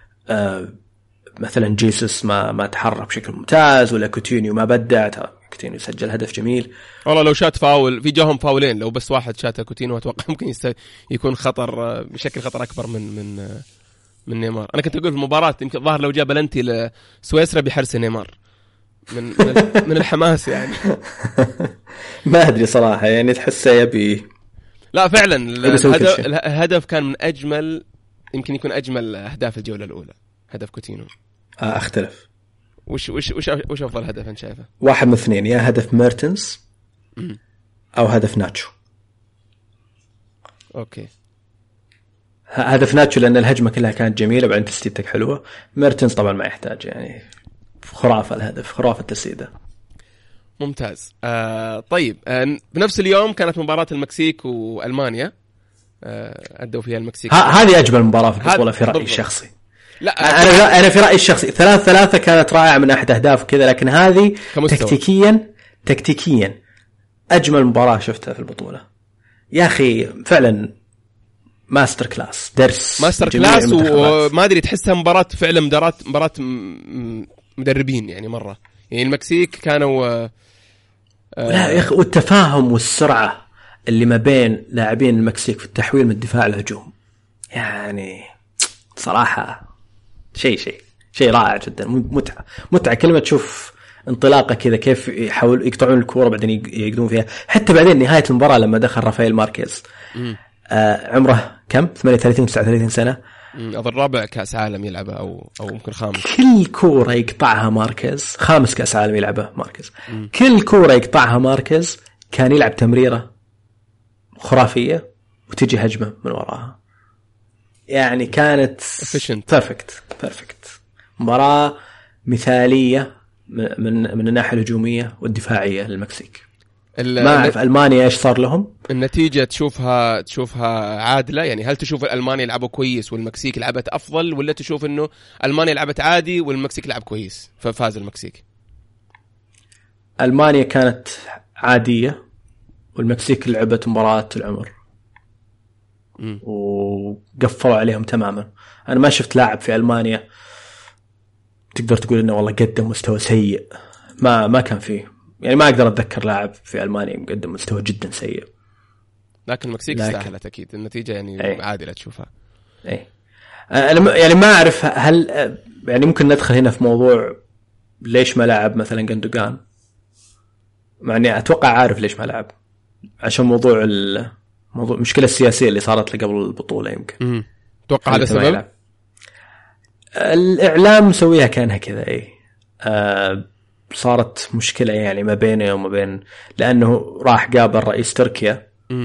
مثلا جيسوس ما تحرك بشكل ممتاز، ولا كوتينيو ما بدع. كوتينيو سجل هدف جميل والله، لو شات فاول في جاهم فاولين، لو بس واحد شات كوتينيو اتوقع ممكن يكون خطر بشكل خطر اكبر من نيمار. انا كنت اقول في المباراه يمكن الظاهر لو جاب بلنتي لسويسرا بحرس نيمار من الحماس يعني. ما ادري صراحه، يعني تحسه يبي. لا فعلا الهدف كان من اجمل، يمكن يكون اجمل اهداف الجوله الاولى، هدف كوتينيو. اختلف. وش افضل هدف انت شايفه؟ واحد من اثنين، يا هدف ميرتنز او هدف ناتشو. اوكي، هدف ناتشو لان الهجمه كلها كانت جميله، بعدين تسديدتك حلوه. ميرتنز طبعا ما يحتاج، يعني خرافه الهدف، خرافه التسديده. ممتاز. طيب، بنفس اليوم كانت مباراة المكسيك وألمانيا، أدوا فيها المكسيك. هذه أجمل مباراة في البطولة في رأيي الشخصي. لا أنا في رأيي الشخصي 3-3 كانت رائعة من ناحية أهداف كذا، لكن هذه تكتيكيا أجمل مباراة شفتها في البطولة يا أخي. فعلا ماستر كلاس، درس ماستر كلاس، وما أدري تحسها مباراة فعلا مباراة مدربين يعني مرة. يعني المكسيك كانوا لا يا أخي، والتفاهم والسرعة اللي ما بين لاعبين المكسيك في التحويل من الدفاع للهجوم، يعني صراحة شيء رائع جدا. متعة كلمة تشوف انطلاقة كذا، كيف يحاولوا يقطعون الكورة بعدين يقدمون فيها. حتى بعدين نهاية المباراة لما دخل رافائيل ماركيز، عمره كم؟ 38-39 سنة، أظن رابع كأس عالم يلعبه أو ممكن خامس. كل كورة يقطعها ماركيز، خامس كأس عالم يلعبه ماركيز. كل كورة يقطعها ماركيز كان يلعب تمريرة خرافية وتجي هجمة من وراها، يعني كانت بيرفكت. مباراة مثالية من الناحية الهجومية والدفاعية للمكسيك. ما أعرف ألمانيا إيش صار لهم. النتيجة تشوفها عادلة؟ يعني هل تشوف الألمانيا لعبوا كويس والمكسيك لعبت أفضل، ولا تشوف إنه ألمانيا لعبت عادي والمكسيك لعب كويس ففاز المكسيك؟ ألمانيا كانت عادية والمكسيك لعبت مباراة العمر وقفلوا عليهم تماما. أنا ما شفت لاعب في ألمانيا تقدر تقول إنه والله قدم مستوى سيء، ما كان فيه. يعني ما أقدر أتذكر لاعب في ألمانيا مقدم مستوى جدا سيء. لكن المكسيك استاهلت أكيد النتيجة، يعني عادلة تشوفها. أنا يعني ما أعرف هل يعني ممكن ندخل هنا في موضوع ليش ما لعب مثلا جندوغان، مع إني أتوقع عارف ليش ما لعب، عشان موضوع المشكلة السياسية اللي صارت له قبل البطولة. يمكن توقع هذا السبب. الإعلام مسويها كأنها كذا صارت مشكلة يعني ما بينه وما بين، لأنه راح قابل رئيس تركيا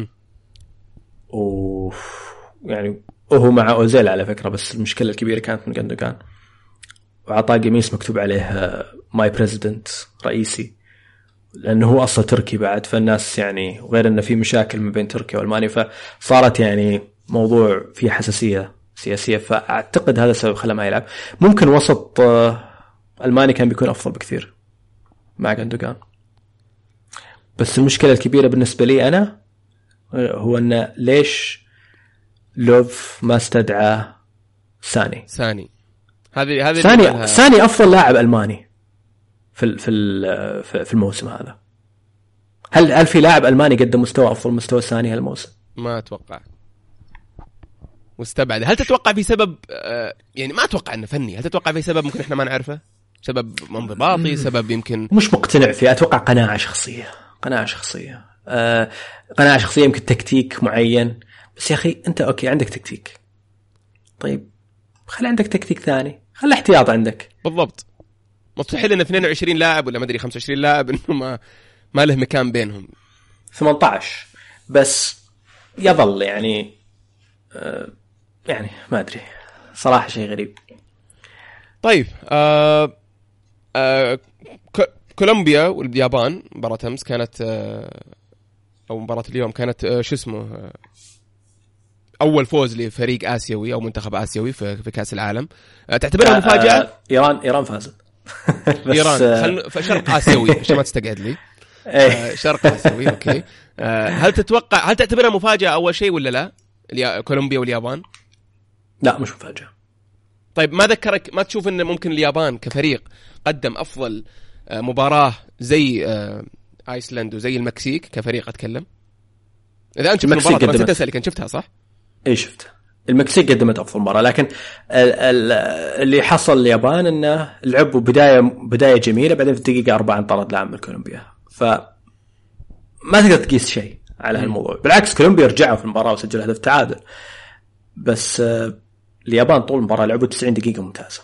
ويعني وهو مع أوزيل على فكرة، بس المشكلة الكبيرة كانت من جندوغان، وعطاه قميص مكتوب عليه ماي بريزيدنت، رئيسي، لأنه هو أصلا تركي بعد. فالناس يعني، وغير أنه في مشاكل ما بين تركيا والمانيا، فصارت يعني موضوع فيه حساسية سياسية. فأعتقد هذا السبب خلاه ما يلعب. ممكن وسط ألمانيا كان بيكون أفضل بكثير مع جندوغان. بس المشكلة الكبيرة بالنسبة لي أنا هو أن ليش لوف ما استدعى ساني. هذه ساني أفضل لاعب ألماني في الموسم هذا. هل في لاعب ألماني قدم مستوى أفضل مستوى ساني هالموسم؟ ما أتوقع. مستبعد. هل تتوقع في سبب يعني ما أتوقع أنه فني، هل تتوقع في سبب ممكن إحنا ما نعرفه، سبب انضباطي، سبب يمكن مش مقتنع فيه؟ أتوقع قناعة شخصية قناعة شخصية، يمكن تكتيك معين. بس يا أخي أنت أوكي عندك تكتيك، طيب خلي عندك تكتيك ثاني، خلي احتياط عندك. بالضبط. مستحيل ان 22 لاعب ولا ما ادري 25 لاعب انه ما له مكان بينهم 18 بس. يظل يعني يعني ما ادري صراحة شيء غريب. طيب كولومبيا واليابان مباراة أمس كانت أو مباراة اليوم كانت شو اسمه أول فوز لفريق آسيوي أو منتخب آسيوي في كأس العالم. تعتبرها مفاجأة؟ إيران فازت. إيران شرق آسيوي عشان ما تستقعد لي. شرق آسيوي أوكي. هل تعتبرها مفاجأة أول شيء ولا لا؟ كولومبيا واليابان؟ لا مش مفاجأة. طيب ما ذكرك ما تشوف إن ممكن اليابان كفريق قدم أفضل مباراة زي آيسلند وزي المكسيك كفريق أتكلم؟ إذا أنت شفت المباراة أنت تسألي كان شفتها صح؟ إيه شفتها. المكسيك قدمت أفضل مباراة لكن اللي حصل اليابان إنه لعبوا بداية جميلة بعدين في الدقيقة 4 انطرد لاعب من كولومبيا فما تقدر تقيس شيء على هالموضوع. بالعكس كولومبيا رجعوا في المباراة وسجلوا هدف تعادل بس اليابان طول المباراة لعبوا 90 دقيقة ممتازة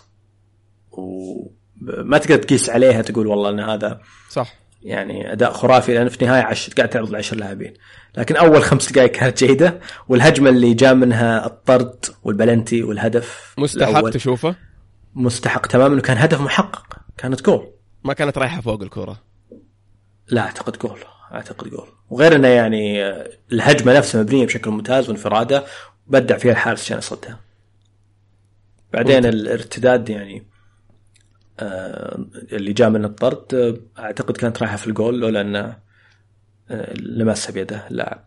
وما تقدر تقيس عليها تقول والله إن هذا صح يعني أداء خرافي لأن في نهاية قاعد تعرض 10 لاعبين لكن أول 5 دقائق كانت جيدة والهجمة اللي جاء منها الطرد والبلنتي والهدف مستحق تشوفه مستحق تماما وكان هدف محقق كانت جول ما كانت رايحة فوق الكرة لا أعتقد جول وغير أنه يعني الهجمة نفسها مبنية بشكل ممتاز وانفرادة بدع فيها الحارس عشان يصدها بعدين الارتداد يعني اللي جاء من الطرد أعتقد كانت رايحة في الجول لولا أنه لمسها بيده اللاعب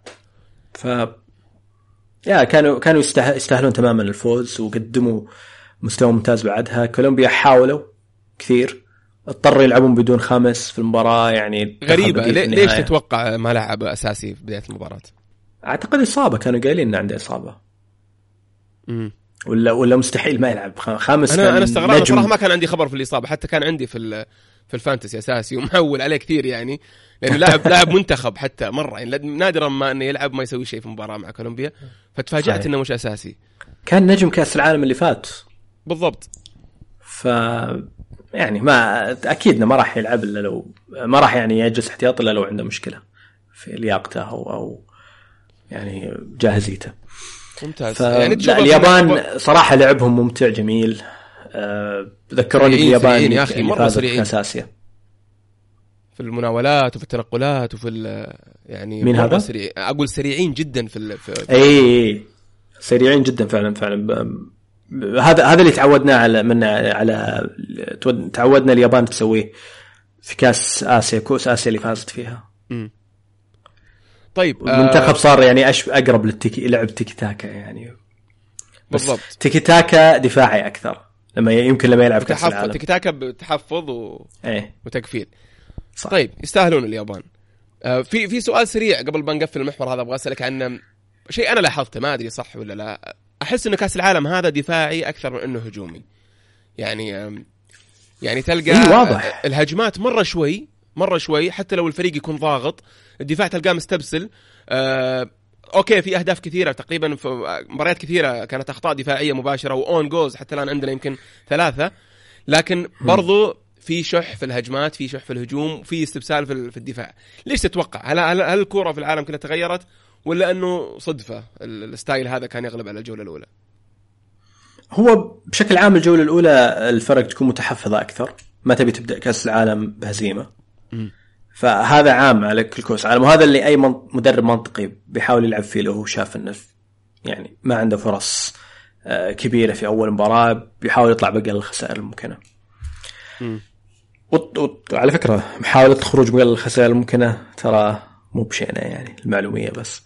كانوا يستاهلون تماما الفوز وقدموا مستوى ممتاز بعدها. كولومبيا حاولوا كثير اضطروا يلعبون بدون خامس في المباراة يعني غريبة ليش تتوقع ما لعب أساسي في بداية المباراة؟ أعتقد إصابة كانوا قايلين إنه عنده إصابة ولا مستحيل ما يلعب خامس. أنا استغربت صراحة ما كان عندي خبر في الإصابة حتى كان عندي في الفانتسي أساسي ومحول عليه كثير يعني لأنه لاعب منتخب حتى مرة يعني نادرا ما إنه يلعب ما يسوي شيء في مباراة مع كولومبيا فتفاجأت إنه مش أساسي. كان نجم كأس العالم اللي فات بالضبط يعني ما أكيد ما راح يلعب إلا لو ما راح يعني يجلس احتياط إلا لو عنده مشكلة في لياقته أو يعني جاهزيته. ممتاز. يعني اليابان صراحة لعبهم ممتع جميل. ذكروني باليابان يا أخي مرة سريعين أساسية في المناولات وفي التنقلات وفي يعني مين هذا؟ أقول سريعين جدا في أي سريعين جدا فعلا هذا اللي تعودنا على تعودنا اليابان تسويه في كأس آسيا اللي فازت فيها. طيب المنتخب صار يعني أقرب لعب تيكي تاكا يعني بالضبط تيكي تاكا دفاعي أكثر لما يلعب كأس العالم تيكي تاكا بتحفظ وتكفير صح. طيب يستاهلون اليابان. في سؤال سريع قبل ما نقفل المحور هذا أبغى أسألك عنه شيء أنا لاحظته ما أدري صح ولا لا. أحس إنه كأس العالم هذا دفاعي أكثر من إنه هجومي يعني تلقى واضح. الهجمات مرة شوي حتى لو الفريق يكون ضاغط الدفاع تلقاه مستبسل. أوكي في أهداف كثيرة تقريبا في مباريات كثيرة كانت أخطاء دفاعية مباشرة وأون جولز حتى الآن عندنا يمكن 3 لكن برضو في شح في الهجمات في شح في الهجوم في استبسال في الدفاع. ليش تتوقع هل الكرة في العالم كلها تغيرت ولا أنه صدفة الستايل هذا كان يغلب على الجولة الأولى؟ هو بشكل عام الجولة الأولى الفرق تكون متحفظة أكثر ما تبي تبدأ كأس العالم بهزيمة فهذا عام على كل كأس العالم وهذا اللي أي مدرب منطقي بيحاول يلعب فيه له شاف إنه يعني ما عنده فرص كبيرة في أول مباراة بيحاول يطلع بقل الخسائر الممكنة. وعلى فكرة محاولة خروج بقل الخسائر الممكنة ترى مو بشينا يعني المعلومية بس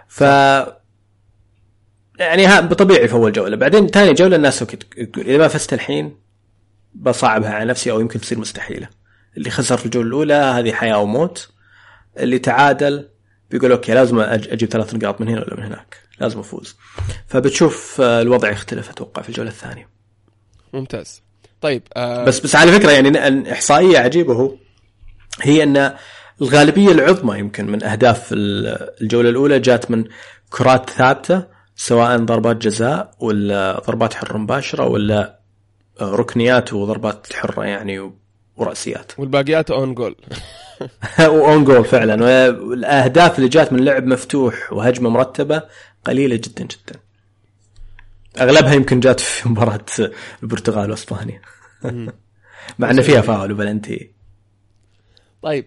يعني بطبيعي في أول جولة بعدين تاني جولة الناس تقول إذا ما فزت الحين بصعبها على نفسي أو يمكن تصير مستحيلة. اللي خسر في الجولة الأولى هذه حياة وموت اللي تعادل بيقول أوكي لازم أجيب 3 نقاط من هنا ولا من هناك لازم أفوز فبتشوف الوضع يختلف أتوقع في الجولة الثانية. ممتاز. طيب بس على فكرة يعني إحصائية عجيبة هي أن الغالبية العظمى يمكن من أهداف الجولة الأولى جات من كرات ثابتة سواء ضربات جزاء ولا ضربات حرة مباشرة ولا ركنيات وضربات حرة يعني ورأسيات والباقيات اون جول واون جول فعلا. والأهداف اللي جات من لعب مفتوح وهجمة مرتبة قليلة جدا جدا أغلبها يمكن جات في مباراة البرتغال وإسبانيا. مع ان فيها فاول وبلنتي. طيب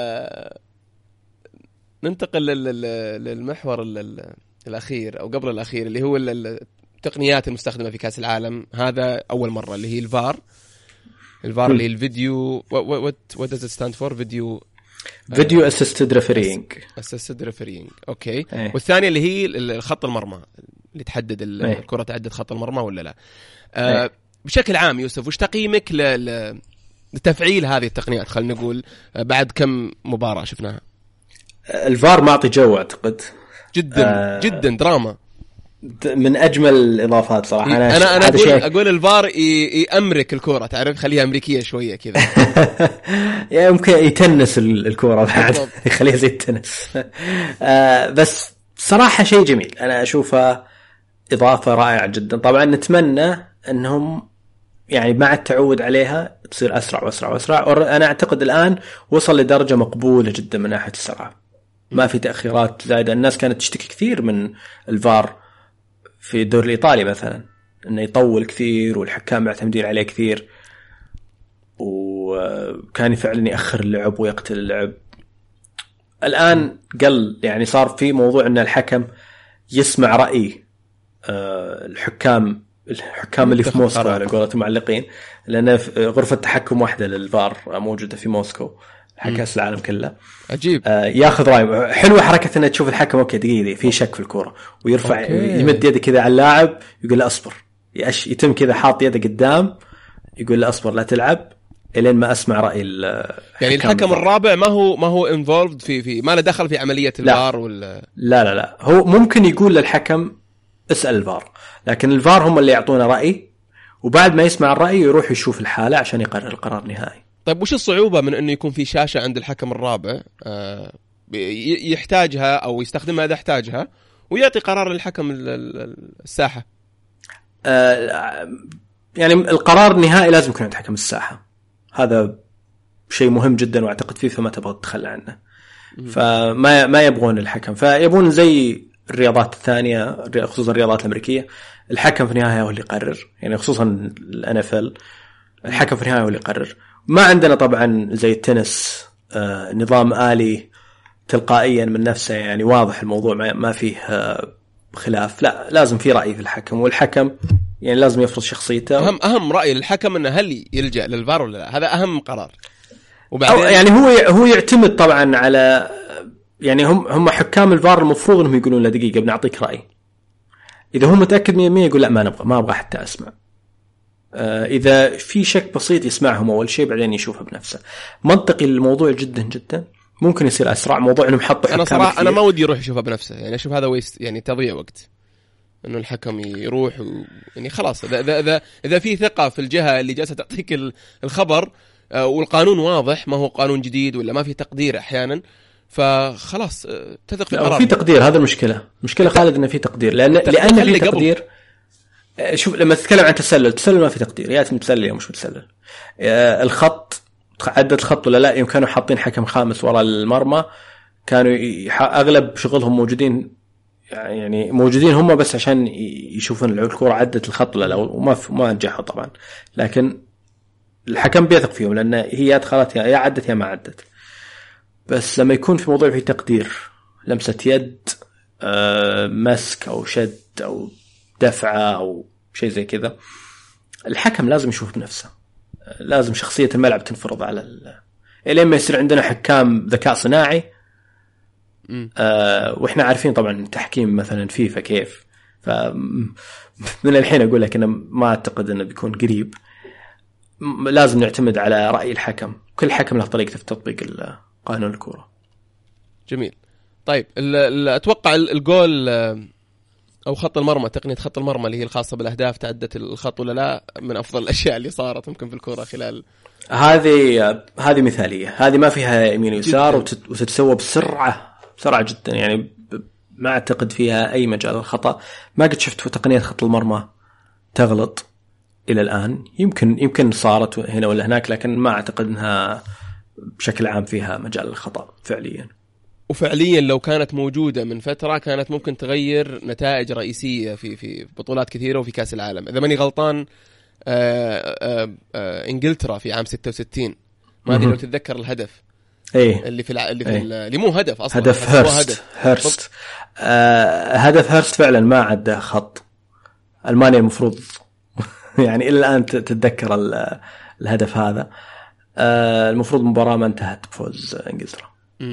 ننتقل للمحور الاخير او قبل الاخير اللي هو التقنيات المستخدمه في كاس العالم. هذا اول مره اللي هي الفار اللي هي الفيديو what does it stand for فيديو اسيستد ريفرينج اوكي. والثانيه اللي هي الخط المرمى اللي تحدد الكره تعدد خط المرمى ولا لا. بشكل عام يوسف وش تقييمك لتفعيل هذه التقنيات خلينا نقول بعد كم مباراة شفناها؟ الفار معطي جو اعتقد جدا جدا دراما من اجمل الاضافات صراحه. انا اقول الفار يامرك الكره تعرف خليها امريكيه شويه كذا يعني ممكن يتنس الكره بعد يخليها زي التنس. بس صراحه شيء جميل انا اشوفه اضافه رائعه جدا. طبعا نتمنى انهم يعني مع التعود عليها تصير أسرع وأسرع وأسرع. أنا أعتقد الآن وصل لدرجة مقبولة جدا من ناحية السرعة، ما في تأخيرات زايدة. الناس كانت تشتكي كثير من الفار في الدوري الإيطالي مثلا إنه يطول كثير والحكام معتمدين عليه كثير، وكان فعلا يأخر اللعب ويقتل اللعب. الآن قل يعني صار في موضوع إن الحكم يسمع رأي الحكام اللي في موسكو على قولة المعلقين، لأن غرفة تحكم واحدة للفار موجودة في موسكو كأس العالم كله. عجيب. ياخذ رأي. حلوة حركة أن تشوف الحكم أوكي دقيقة في شك في الكرة ويرفع يمد يده كذا على اللاعب يقول له أصبر، يتم كذا حاط يده قدام يقول له أصبر لا تلعب إلين ما أسمع رأي يعني الحكم الرابع ما هو involved في ما له دخل في عملية الفار ولا لا هو ممكن يقول للحكم اسأل الفار، لكن الفار هم اللي يعطونا رأي وبعد ما يسمع الرأي يروح يشوف الحالة عشان يقرر القرار النهائي. طيب وش الصعوبة من أنه يكون في شاشة عند الحكم الرابع يحتاجها أو يستخدمها إذا احتاجها ويعطي قرار للحكم الساحة؟ يعني القرار النهائي لازم يكون عند حكم الساحة، هذا شيء مهم جدا واعتقد فيفا ما تبغى تتخلى عنه. فما يبغون الحكم، فيبون زي الرياضات الثانية خصوصا الرياضات الأمريكية الحكم في النهاية هو اللي يقرر، يعني خصوصا NFL الحكم في النهاية هو اللي يقرر. ما عندنا طبعا زي التنس نظام آلي تلقائيا من نفسه، يعني واضح الموضوع ما فيه خلاف، لا لازم في رأي في الحكم، والحكم يعني لازم يفرض شخصيته. أهم رأي الحكم أنه هل يلجأ للفار ولا لا، هذا أهم قرار. وبعدين يعني هو يعتمد طبعا على يعني هم حكام الفار المفروض انهم يقولون له دقيقه بنعطيك راي، اذا هو متاكد 100% يقول لا ما ابغى حتى اسمع. اذا في شك بسيط يسمعهم اول شيء بعدين يشوفه بنفسه. منطقي الموضوع جدا جدا، ممكن يصير اسرع. موضوع انهم حطوا حكام انا صراحه انا ما ودي يروح يشوفه بنفسه، يعني اشوف هذا ويست، يعني تضييع وقت انه الحكم يروح يعني خلاص اذا في ثقه في الجهه اللي جالسه تعطيك الخبر والقانون واضح، ما هو قانون جديد ولا ما في تقدير احيانا، فخلاص تثق في القرار. في تقدير، هذا المشكله خالد انه في تقدير، لان في تقدير. شوف لما تتكلم عن تسلل ما في تقدير، يا متسلل يا مش متسلل. الخط عدة الخط ولا لا، كانوا حاطين حكم خامس وراء المرمى، كانوا اغلب شغلهم موجودين هم بس عشان يشوفون الكرة عدت الخط ولا لا، وما نجحوا طبعا، لكن الحكم بيثق فيهم لان هي دخلت يا عدت يا ما عدت. بس لما يكون في موضوع فيه تقدير، لمسة يد، مسك او شد او دفعة او شيء زي كذا، الحكم لازم يشوف بنفسه، لازم شخصية الملعب تنفرض على إلين ما يصير عندنا حكام ذكاء صناعي. وإحنا عارفين طبعا تحكيم مثلا فيفا كيف، فمن الحين أقول لك أنا ما أعتقد أنه بيكون قريب. لازم نعتمد على رأي الحكم، كل حكم له طريقته في تطبيق قانون الكرة. جميل. طيب أتوقع الجول أو خط المرمى، تقنية خط المرمى اللي هي الخاصة بالأهداف تعدت الخط ولا لا، من أفضل الأشياء اللي صارت ممكن في الكرة خلال هذه مثالية، هذه ما فيها يمين ويسار وتتسوى بسرعة جدا، يعني ما أعتقد فيها أي مجال الخطأ. ما قد شفت تقنية خط المرمى تغلط إلى الآن، يمكن صارت هنا ولا هناك، لكن ما أعتقد أنها بشكل عام فيها مجال الخطأ فعليا. وفعليا لو كانت موجودة من فترة كانت ممكن تغير نتائج رئيسية في بطولات كثيرة وفي كأس العالم. إذا ماني غلطان انجلترا في عام 66. ما ادري لو تتذكر الهدف اللي في اللي مو هدف اصلا، هدف هيرست. هدف هيرست فعلا ما عدى خط. المانيا المفروض يعني الى الان تتذكر الهدف هذا. المفروض مباراة ما انتهت بفوز انجلترا.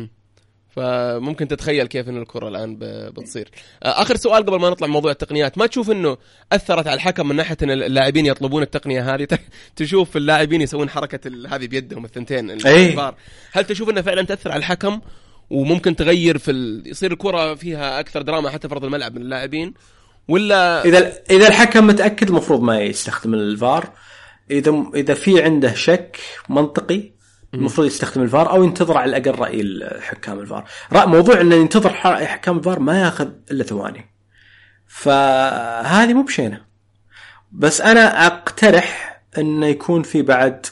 فممكن تتخيل كيف ان الكرة الان بتصير. اخر سؤال قبل ما نطلع موضوع التقنيات، ما تشوف انه اثرت على الحكم من ناحية ان اللاعبين يطلبون التقنية هذه؟ تشوف اللاعبين يسوون حركة هذه بيدهم الثنتين الفار، هل تشوف انها فعلا تأثر على الحكم وممكن تغير يصير الكرة فيها اكثر دراما حتى في ارض الملعب من اللاعبين؟ ولا اذا الحكم متأكد المفروض ما يستخدم الفار. اذا في عنده شك منطقي المفروض يستخدم الفار او ينتظر على الاقل راي الحكام الفار. موضوع ان ينتظر حكام الفار ما ياخذ الا ثواني، فهذه مو بشينه. بس انا اقترح انه يكون في بعد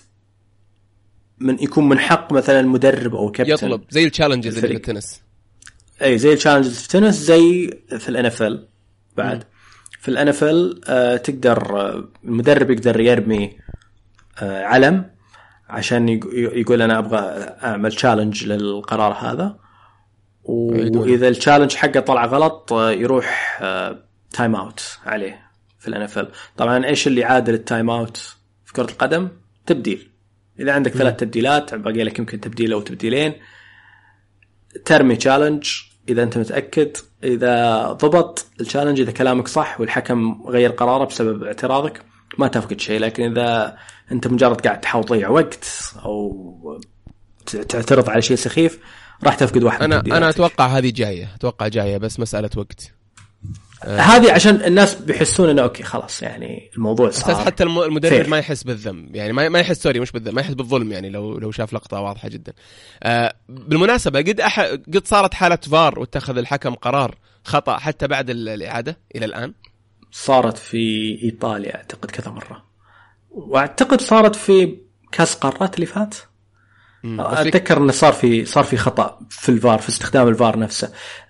يكون من حق مثلا المدرب او كابتن يطلب زي التشالنجز اللي في التنس. اي زي التشالنجز في التنس، زي في الNFL بعد. في الNFL تقدر المدرب يقدر يرمي علم عشان يقول أنا أبغى أعمل تشالنج للقرار هذا، وإذا التشالنج حقه طلع غلط يروح تايم أوت عليه في الNFL. طبعا إيش اللي عادل التايم أوت في كرة القدم؟ تبديل. إذا عندك 3 تبديلات باقي لك يمكن تبديل أو تبديلين، ترمي تشالنج إذا أنت متأكد. إذا ضبط التشالنج، إذا كلامك صح والحكم غير قراره بسبب اعتراضك، ما تفقد شيء. لكن إذا أنت مجرد قاعد تحاول تضيع وقت أو تعترض على شيء سخيف، راح تفقد واحد. أنا أتوقع هذه جاية بس مسألة وقت. هذه عشان الناس بيحسون إنه أوكي خلاص يعني الموضوع صار. حتى المدرب ما يحس بالذنب، يعني ما يحس مش بالذنب، ما يحس بالظلم يعني لو شاف لقطة واضحة جدا. بالمناسبة قد صارت حالة فار واتخذ الحكم قرار خطأ حتى بعد الإعادة إلى الآن. صارت في إيطاليا أعتقد كذا مرة، واعتقد صارت في كاس قارات اللي فات. اتذكر انه صار في خطأ في الفار في استخدام الفار نفسه.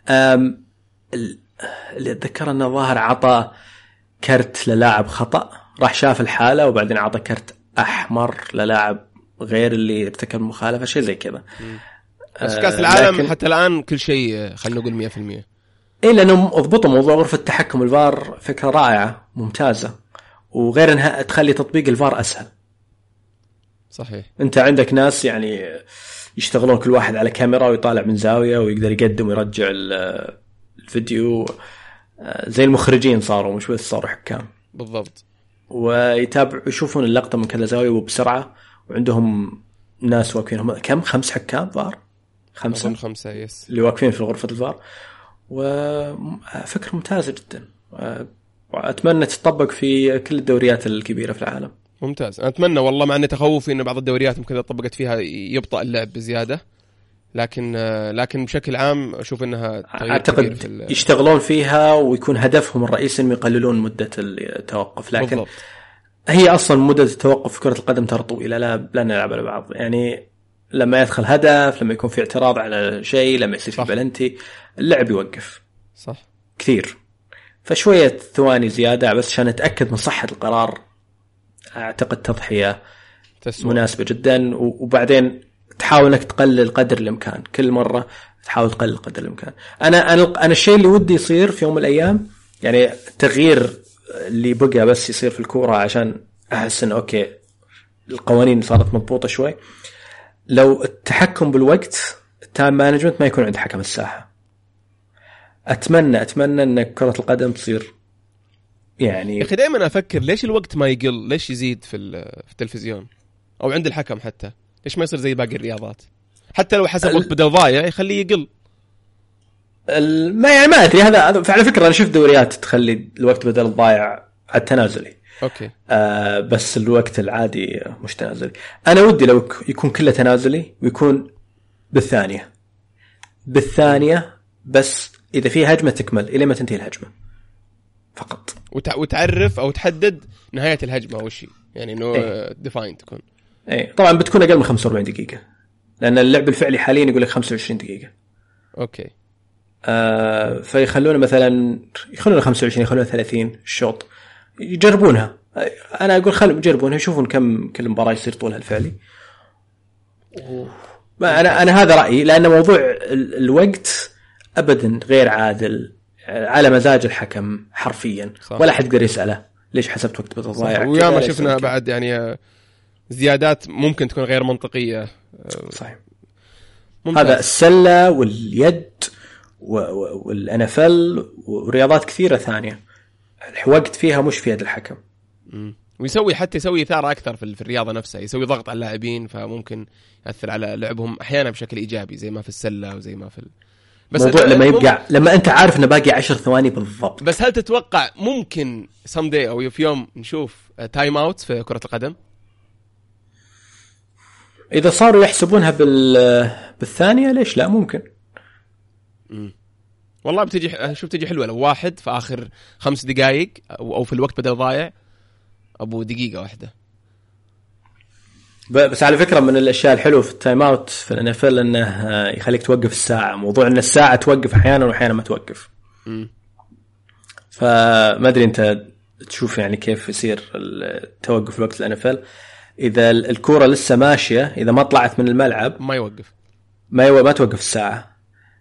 اللي اتذكر انه ظاهر عطى كرت للاعب خطأ، راح شاف الحالة وبعدين عطى كرت احمر للاعب غير اللي ارتكب المخالفة، شيء زي كذا. بس كاس العالم حتى الان كل شيء خلينا نقول 100%. ايه لانهم اضبطوا موضوع غرفة التحكم الفار، فكرة رائعة ممتازة، وغير انها تخلي تطبيق الفار اسهل. صحيح. انت عندك ناس يعني يشتغلون كل واحد على كاميرا ويطالع من زاوية ويقدر يقدم ويرجع الفيديو، زي المخرجين صاروا، مش بس صاروا حكام. بالضبط. ويتابعوا يشوفون اللقطة من كذا زاوية وبسرعة، وعندهم ناس واقفين، كم 5 حكام فار، 5 يس اللي واقفين في غرفة الفار. وفكرة ممتازة جدا، وأتمنى تطبق في كل الدوريات الكبيرة في العالم. ممتاز. أنا أتمنى والله، مع أني تخوفي إن بعض الدوريات ممكن إذا طبقت فيها يبطأ اللعب بزيادة، لكن بشكل عام أشوف إنها أعتقد يشتغلون فيها ويكون هدفهم الرئيسي إنهم يقللون مدة التوقف. لكن بالضبط. هي أصلا مدة التوقف في كرة القدم ترى طويلة، لا نلعب على بعض. يعني لما يدخل هدف، لما يكون في اعتراض على شيء، لما يصير في بلنتي، اللعب يوقف. صح كثير. فشوية ثواني زيادة بس عشان نتأكد من صحة القرار، أعتقد تضحية مناسبة جدا. وبعدين تحاول انك تقلل قدر الامكان، كل مره تحاول تقلل قدر الامكان. انا الشيء اللي ودي يصير في يوم من الايام، يعني التغيير اللي بقى بس يصير في الكوره عشان احس ان اوكي القوانين صارت مضبوطه شوي، لو التحكم بالوقت، التايم مانجمنت، ما يكون عند حكم الساحه. اتمنى ان كره القدم تصير يعني. يا اخي دائما افكر ليش الوقت ما يقل، ليش يزيد في التلفزيون او عند الحكم، حتى ليش ما يصير زي باقي الرياضات؟ حتى لو حسب وقت بدل ضايع يخليه يقل. ما ادري. هذا على فكره انا شفت دوريات تخلي الوقت بدل ضايع على التنازلي. اوكي. بس الوقت العادي مش تنازلي. انا ودي لو يكون كله تنازلي ويكون بالثانيه بس اذا في هجمه تكمل الى ما تنتهي الهجمه فقط، وتعرف او تحدد نهايه الهجمه او شيء، يعني انه ديفاين تكون. اي طبعا بتكون اقل من 45 دقيقه، لان اللعب الفعلي حاليا يقول لك 25 دقيقه. اوكي. فيخلونه مثلا 25، يخلونه 30 الشوط، يجربونها. انا اقول خلوا يجربونها يشوفون كم كل مباراه يصير طولها الفعلي. انا هذا رايي، لان موضوع الوقت ابدا غير عادل على مزاج الحكم حرفيا. صح. ولا حد يقدر يساله ليش حسبت وقت بدل ضايع. ويا ما شفنا بعد يعني زيادات ممكن تكون غير منطقيه. صحيح. ممتاز. هذا السله واليد والNFL ورياضات كثيره ثانيه الوقت فيها مش في يد الحكم. ويسوي حتى يسوي إثارة أكثر في الرياضة نفسها، يسوي ضغط على اللاعبين، فممكن يأثر على لعبهم أحيانا بشكل إيجابي زي ما في السلة وزي ما في بس موضوع لما أنت عارف إنه باقي 10 ثواني بالضبط. بس هل تتوقع ممكن someday أو في يوم نشوف تايم أوت في كرة القدم؟ إذا صاروا يحسبونها بالثانية ليش لا؟ ممكن. والله بتجي حلوة لو واحد في آخر 5 دقائق أو في الوقت بدل ضايع أبو دقيقة واحدة. بس على فكرة من الأشياء الحلوة في التايم أوت في الNFL إنه يخليك توقف الساعة. موضوع إن الساعة توقف أحيانا وأحيانا ما توقف. فما أدري أنت تشوف يعني كيف يصير التوقف الوقت الNFL. إذا الكرة لسه ماشية إذا ما طلعت من الملعب ما يوقف ما توقف الساعة.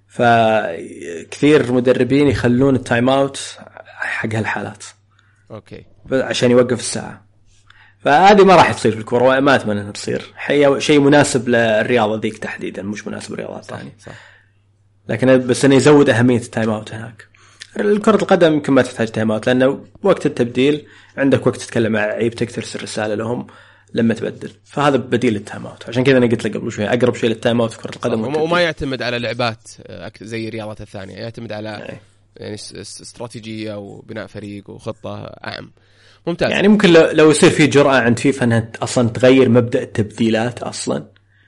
فكثير مدربين يخلون التايم أوت حق هالحالات. أوكي. عشان يوقف الساعة. فهذه ما راح تصير في الكرة وما أتمنى أنها تصير. شيء مناسب للرياضة ذيك تحديدا مش مناسب للرياضات ثانية. لكن بس أنه يزود أهمية التايم أوت هناك. الكرة القدم يمكن ما تحتاج تايم أوت لأنه وقت التبديل عندك وقت تتكلم مع لعيبتك ترسل رسالة لهم لما تبدل. فهذا بديل للتايم أوت. عشان كذا أنا قلت لك قبل شوي أقرب شيء للتايم أوت في كرة القدم. وما يعتمد على لعبات زي الرياضات الثانية، يعتمد على يعني استراتيجية وبناء فريق وخطة أعم. ممتاز. يعني ممكن لو يصير في جرأة عند فيفا أنها أصلا تغير مبدأ التبديلات أصلا،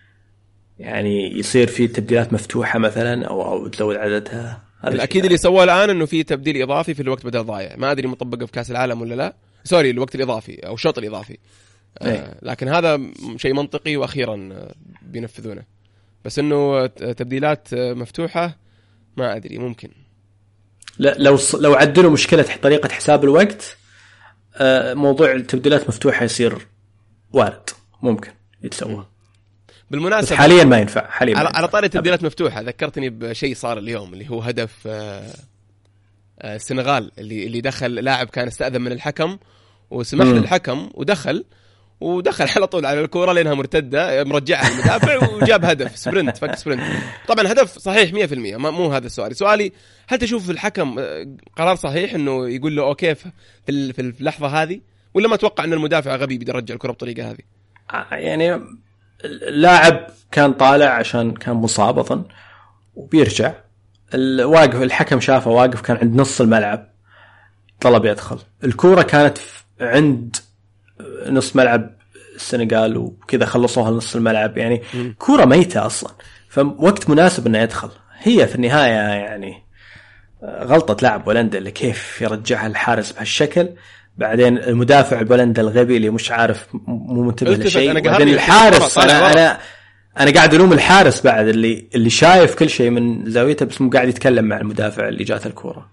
يعني يصير في تبديلات مفتوحة مثلا أو تزود عددها. الأكيد اللي سواه الآن إنه في تبديل إضافي في الوقت بدل ضايع. ما أدري مطبقه في كأس العالم ولا لا. سوري الوقت الإضافي أو الشوط الإضافي. لكن هذا شيء منطقي وأخيرا بينفذونه. بس إنه تبديلات مفتوحة ما أدري ممكن. لا لو عدلوا مشكلة طريقة حساب الوقت موضوع التبديلات مفتوحة يصير وارد ممكن يتسوى. بالمناسبة حاليا ما ينفع. على طاري التبديلات مفتوحة ذكرتني بشيء صار اليوم اللي هو هدف السنغال اللي دخل لاعب كان استأذن من الحكم وسمح للحكم ودخل على طول على الكرة لأنها مرتدة مرجعها المدافع وجاب هدف سبرنت فك سبرنت. طبعا هدف صحيح 100%. مو هذا سؤالي هل تشوف الحكم قرار صحيح إنه يقول له أوكي في اللحظة هذه ولا ما توقع أن المدافع غبي بده يرجع الكرة بطريقة هذه؟ يعني اللاعب كان طالع عشان كان مصاب أظن وبيرجع واقف الحكم شافه واقف كان عند نص الملعب طلب يدخل. الكرة كانت عند نص ملعب السنغال وكذا خلصوها لنص الملعب يعني كرة ميتة أصلا فوقت مناسب إنه يدخل. هي في النهاية يعني غلطة لاعب بولندا اللي كيف يرجعها الحارس بهالشكل. بعدين المدافع البولندا الغبي اللي مش عارف مو منتبه لشيء. بعدين الحارس أنا قاعد ألوم الحارس بعد اللي شايف كل شيء من زاويته بس مو قاعد يتكلم مع المدافع اللي جات الكرة.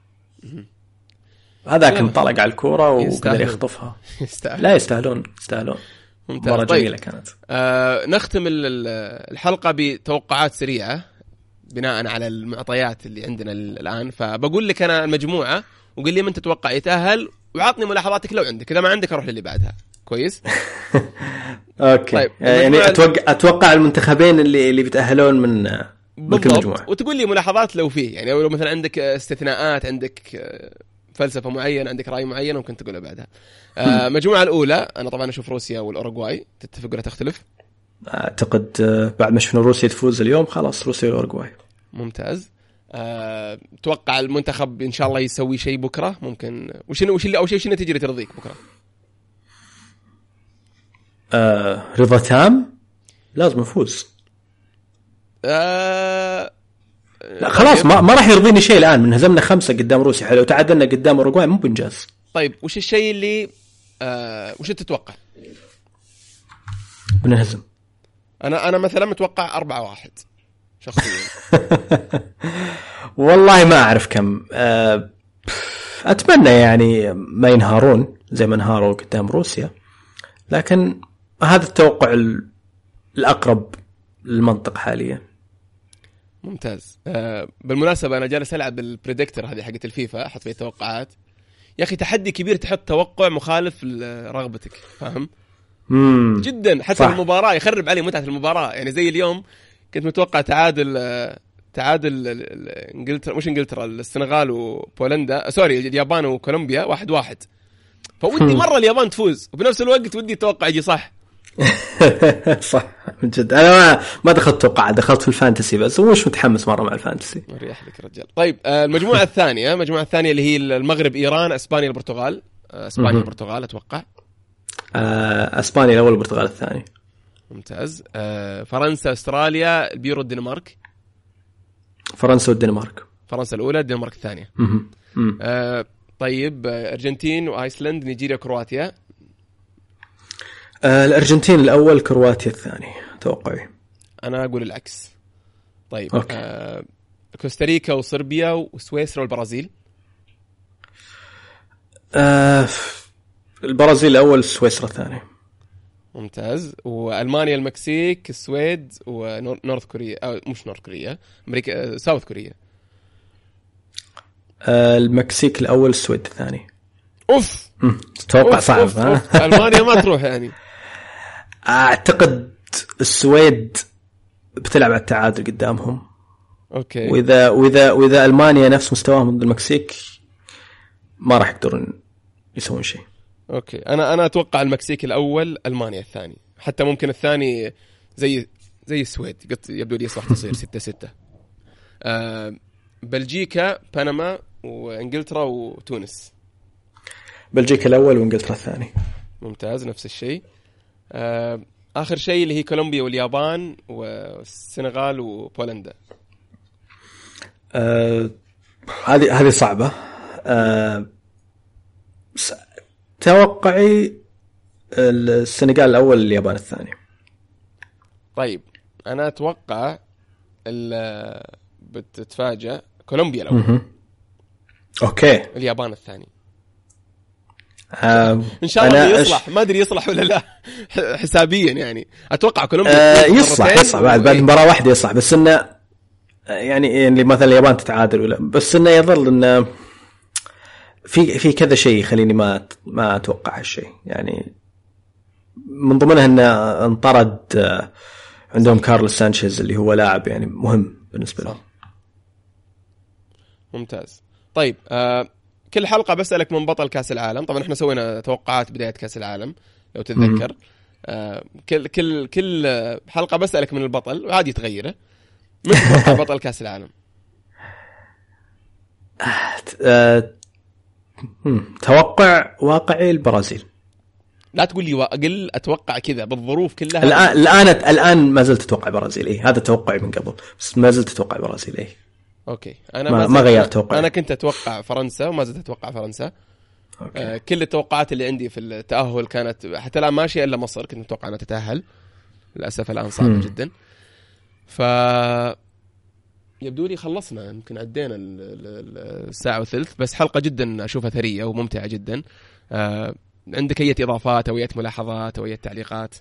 هذا كان طلق على الكرة وقدر يخطفها. لا يستاهلون. مباراة جميلة كانت. نختم الحلقة بتوقعات سريعة بناء على المعطيات اللي عندنا الآن. فبقول لك أنا المجموعة وقل لي من تتوقع يتأهل وعطني ملاحظاتك لو عندك. إذا ما عندك أروح للي بعدها. كويس. أوكي. طيب يعني أتوقع المنتخبين اللي بيتأهلون من كل مجموعة وتقول لي ملاحظات لو فيه يعني لو مثلا عندك استثناءات عندك فلسفة معينة عندك رأي معين ممكن تقوله بعدها. مجموعة الأولى أنا طبعا أشوف روسيا والأوروغواي. تتفق ولا تختلف؟ أعتقد بعد ما شفنا روسيا تفوز اليوم خلاص روسيا والأوروغواي. ممتاز. توقع المنتخب إن شاء الله يسوي شيء بكرة ممكن وش اللي أو شيء نتيجة ترضيك بكرة؟ رضا تام لازم نفوز. لا خلاص ما راح يرضيني شيء الآن. من هزمنا 5 قدام روسيا حلو وتعادلنا قدام أوروغواي مو بإنجاز. طيب وش الشيء اللي وش تتوقع؟ بنهزم. أنا مثلا متوقع 4-1 شخصيا. والله ما أعرف كم اتمنى يعني ما ينهارون زي ما انهاروا قدام روسيا، لكن هذا التوقع الاقرب للمنطق حاليا. ممتاز. بالمناسبه انا جالس العب بالبريدكتور هذه حقت الفيفا، احط فيه توقعات. يا اخي تحدي كبير تحط توقع مخالف لرغبتك، فاهم؟ جدا. حتى المباراه يخرب علي متعه المباراه. يعني زي اليوم كنت متوقع تعادل انجلترا، مش انجلترا، السنغال وبولندا، سوري اليابان وكولومبيا 1-1. فودي مره اليابان تفوز، وبنفس الوقت ودي توقع يجي صح. صح من جد. انا ما دخلت توقع، دخلت في الفانتسي بس، ومش متحمس مره مع الفانتسي. مريح لك رجال. طيب المجموعه الثانيه، اللي هي المغرب، ايران، اسبانيا، البرتغال. اسبانيا البرتغال اتوقع. اسبانيا الاول، البرتغال الثاني. ممتاز. فرنسا، استراليا، البيرو، الدنمارك. فرنسا والدنمارك. فرنسا الاولى، الدنمارك الثانيه. طيب ارجنتين وايسلند، نيجيريا، كرواتيا. الارجنتين الاول، كرواتيا الثاني توقعي. انا اقول العكس. طيب كوستاريكا وصربيا وسويسرا والبرازيل. البرازيل الاول، سويسرا الثاني. ممتاز. والمانيا، المكسيك، السويد ونورث كوريا، أو مش نورث كوريا، امريكا، ساوث كوريا. المكسيك الاول، السويد الثاني. اوف توقع صعب. المانيا ما تروح يعني. اعتقد السويد بتلعب على التعادل قدامهم. اوكي. واذا المانيا نفس مستواهم ضد المكسيك ما راح يقدرون يسوون شيء. اوكي. انا اتوقع المكسيك الاول، المانيا الثاني. حتى ممكن الثاني زي السويد، يبدو لي صح تصير 6-6. بلجيكا، بنما، وانجلترا وتونس. بلجيكا الاول وانجلترا الثاني. ممتاز. نفس الشيء. اخر شيء اللي هي كولومبيا واليابان والسنغال وبولندا. هذه صعبة. توقعي السنغال الأول، اليابان الثاني. طيب أنا أتوقع بتتفاجأ كولومبيا الأول. أوكي. اليابان الثاني. إن شاء الله يصلح. ما أدري يصلح ولا لا حسابيا يعني. أتوقع كولومبيا يصلح بعد مباراة واحدة يصلح، بس إنه يعني مثلا اليابان تتعادل ولا، بس إنه يظل إنه في كذا شيء يخليني ما أتوقع هالشيء يعني. من ضمنها إنه انطرد عندهم كارلوس سانشيز اللي هو لاعب يعني مهم بالنسبة له. ممتاز. طيب كل حلقة بسألك من بطل كأس العالم. طبعا احنا سوينا توقعات بداية كأس العالم لو تتذكر. كل حلقة بسألك من البطل وعادي تغيره. مش توقع بطل كأس العالم. توقع واقعي البرازيل. لا تقول لي أقل، أتوقع كذا بالظروف كلها. الآن ما زلت أتوقع البرازيل. إيه هذا توقعي من قبل، بس ما زلت أتوقع البرازيل. إيه أوكي. أنا ما غيرت توقعي. أنا كنت أتوقع فرنسا وما زلت أتوقع فرنسا. كل التوقعات اللي عندي في التأهل كانت حتى الآن ماشية إلا مصر، كنت متوقع أنها تتأهل. للأسف الآن صعبة جدا. يبدو لي خلصنا، يمكن عدينا الساعة وثلث، بس حلقة جدا أشوفها ثرية وممتعة جدا. عندك أي إضافات أو أي ملاحظات أو أي تعليقات؟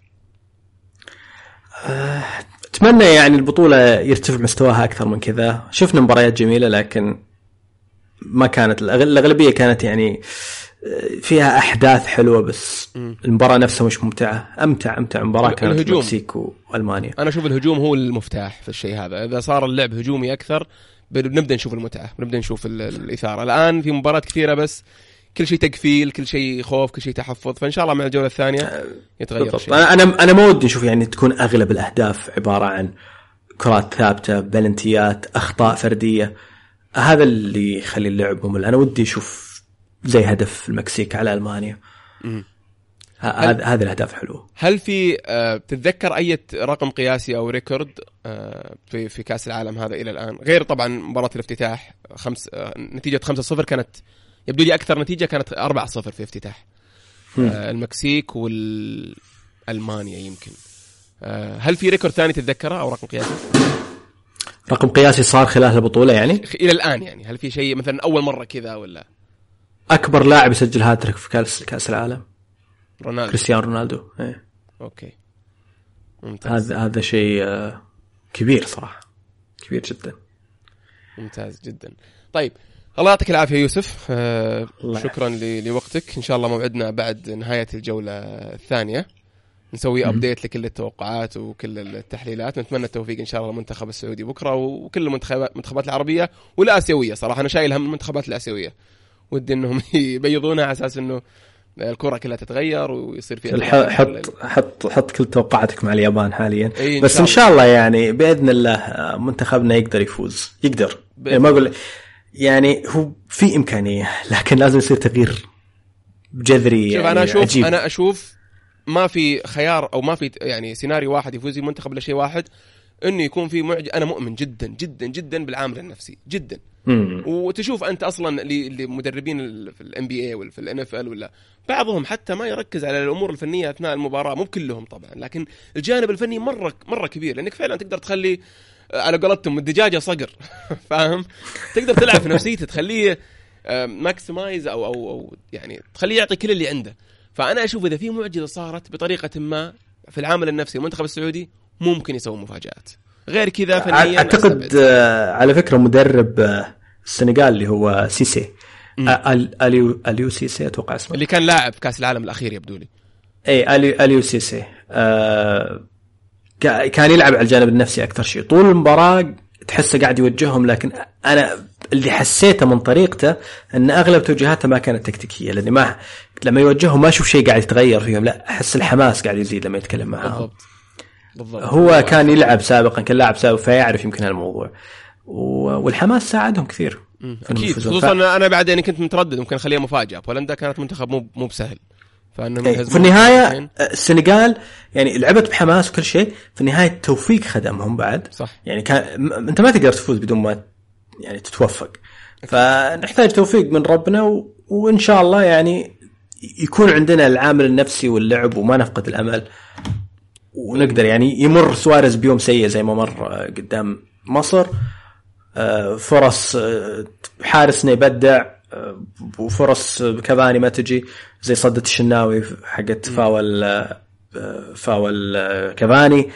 أتمنى يعني البطولة يرتفع مستواها أكثر من كذا. شفنا مباريات جميلة لكن ما كانت الأغلبية كانت يعني فيها أحداث حلوة، بس المباراة نفسها مش ممتعة. أمتع مباراة كانت المكسيك وألمانيا. أنا أشوف الهجوم هو المفتاح في الشيء هذا. إذا صار اللعب هجومي أكثر بنبدأ نشوف المتعة، بنبدأ نشوف الإثارة. الآن في مباراة كثيرة بس كل شيء تقفيل، كل شيء خوف، كل شيء تحفظ. فإن شاء الله مع الجولة الثانية يتغير الشيء. أنا ما ودي نشوف يعني تكون أغلب الأهداف عبارة عن كرات ثابتة، بلنتيات، أخطاء فردية. هذا اللي يخلي اللعب ممل. أنا ودي أشوف زي هدف المكسيك على ألمانيا. هذه الأهداف حلوة. هل في تتذكر أي رقم قياسي أو ريكورد في كأس العالم هذا إلى الآن، غير طبعا مباراة الافتتاح نتيجة 5-0 كانت يبدو لي أكثر نتيجة كانت 4-0 في افتتاح المكسيك والألمانيا يمكن. هل في ريكورد ثاني تتذكره أو رقم قياسي؟ رقم قياسي صار خلال البطولة يعني إلى الآن يعني. هل في شيء مثلا أول مرة كذا ولا؟ اكبر لاعب يسجل هاتريك في كاس العالم رونالدو. كريستيانو رونالدو. ايه اوكي ممتاز. هذا شيء كبير صراحه، كبير جدا. ممتاز جدا. طيب الله يعطيك العافيه يوسف. شكرا لوقتك. ان شاء الله موعدنا بعد نهايه الجوله الثانيه نسوي ابديت لكل التوقعات وكل التحليلات. نتمنى التوفيق ان شاء الله للمنتخب السعودي بكره وكل المنتخبات العربيه والاسيويه. صراحه انا شايل هم المنتخبات الاسيويه، ودي انهم يبيضونها على اساس انه الكره كلها تتغير ويصير فيها حط كل توقعاتك مع اليابان حاليا. بس إن ان شاء الله يعني باذن الله منتخبنا يقدر يفوز، يقدر يعني ما اقول يعني هو في امكانيه، لكن لازم يصير تغيير جذري. شوف يعني انا اشوف ما في خيار او ما في يعني سيناريو واحد يفوز المنتخب الا شيء واحد، انه يكون في انا مؤمن جدا جدا جدا بالعامل النفسي جدا. وتشوف انت اصلا لمدربين في الام بي اي ولا في الان اف ال ولا بعضهم حتى ما يركز على الامور الفنيه اثناء المباراه، مو كلهم طبعا، لكن الجانب الفني مره كبير، لانك فعلا تقدر تخلي على قولتهم الدجاجه صقر فاهم، تقدر تلعب في نفسيته، تخليه ماكسمايز او يعني تخليه يعطي كل اللي عنده. فانا اشوف اذا في معجزه صارت بطريقه ما في العامل النفسي المنتخب السعودي ممكن يسوي مفاجات. غير كذا فنيا اعتقد على فكره مدرب السنغال اللي هو سيسي اليو سيسي اتوقع اسمه، اللي كان لاعب في كاس العالم الاخير يبدو لي. اي اليو سيسي كان يلعب على الجانب النفسي اكثر شيء طول المباراه، تحسه قاعد يوجههم. لكن انا اللي حسيته من طريقته ان اغلب توجيهاته ما كانت تكتيكيه، لاني ما لما يوجههم ما اشوف شيء قاعد يتغير فيهم، لا احس الحماس قاعد يزيد لما يتكلم معهم. بالضبط. هو كان يلعب سابقا، كان لاعب سابق فيعرف يمكن هالموضوع، والحماس ساعدهم كثير. اكيد، خصوصا انا بعد يعني كنت متردد ممكن اخليها مفاجاه. بولندا كانت منتخب مو بسهل، فانهم في النهايه السنغال يعني لعبت بحماس وكل شيء، في النهايه التوفيق خدمهم بعد. صح. يعني انت ما تقدر تفوز بدون ما يعني تتوفق، فنحتاج توفيق من ربنا وان شاء الله يعني يكون عندنا العامل النفسي واللعب وما نفقد الامل، ونقدر يعني يمر سواريز بيوم سيء زي ما مر قدام مصر، فرص حارسنا يبدع وفرص كفاني ما تجي، زي صدة الشناوي حقت فاول كفاني،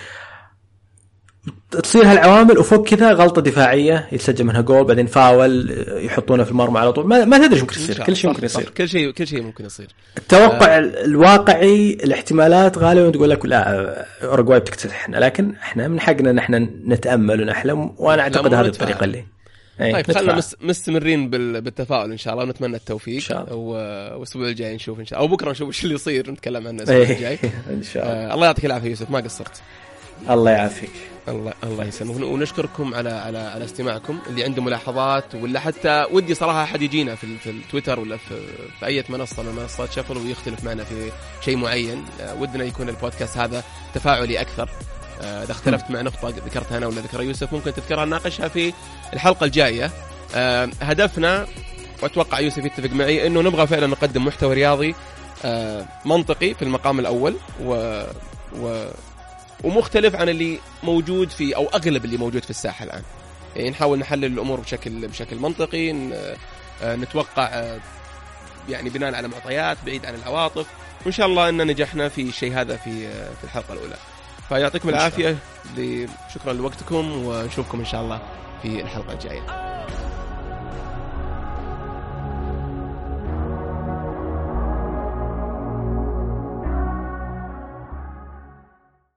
تصير هالعوامل. وفوق كذا غلطة دفاعية يسجل منها جول، بعدين فاول يحطونه في المرمى على طول. ما تدري ممكن يصير، كل شيء ممكن يصير، كل شيء ممكن يصير. التوقع الواقعي الاحتمالات غالبا تقول لك لا أوروغواي بتكتسحنا، لكن احنا من حقنا ان احنا نتأمل ونحلم، وانا اعتقد هذه الطريقة اللي طيب خلنا مستمرين بالتفاؤل ان شاء الله، ونتمنى التوفيق. والاسبوع الجاي نشوف ان شاء الله، او بكره نشوف ايش اللي يصير، نتكلم عنه الاسبوع الجاي ان شاء الله. الله يعطيك العافيه يوسف، ما قصرت. الله يعافيك. الله يسلمك. ونشكركم على استماعكم. اللي عنده ملاحظات ولا حتى ودي صراحه احد يجينا في التويتر ولا في اي منصه من منصات شفل ويختلف معنا في شيء معين، ودنا يكون البودكاست هذا تفاعلي اكثر. اذا اختلفت مع نقطه ذكرتها انا ولا ذكرها يوسف ممكن تذكرها نناقشها في الحلقه الجايه. هدفنا واتوقع يوسف يتفق معي انه نبغى فعلا نقدم محتوى رياضي منطقي في المقام الاول ومختلف عن اللي موجود في او اغلب اللي موجود في الساحه الان. يعني نحاول نحلل الامور بشكل منطقي، نتوقع يعني بناء على معطيات بعيد عن العواطف، وان شاء الله ان نجحنا في الشيء هذا في الحلقه الاولى. فيعطيكم العافيه، شكرا لوقتكم، ونشوفكم ان شاء الله في الحلقه الجايه.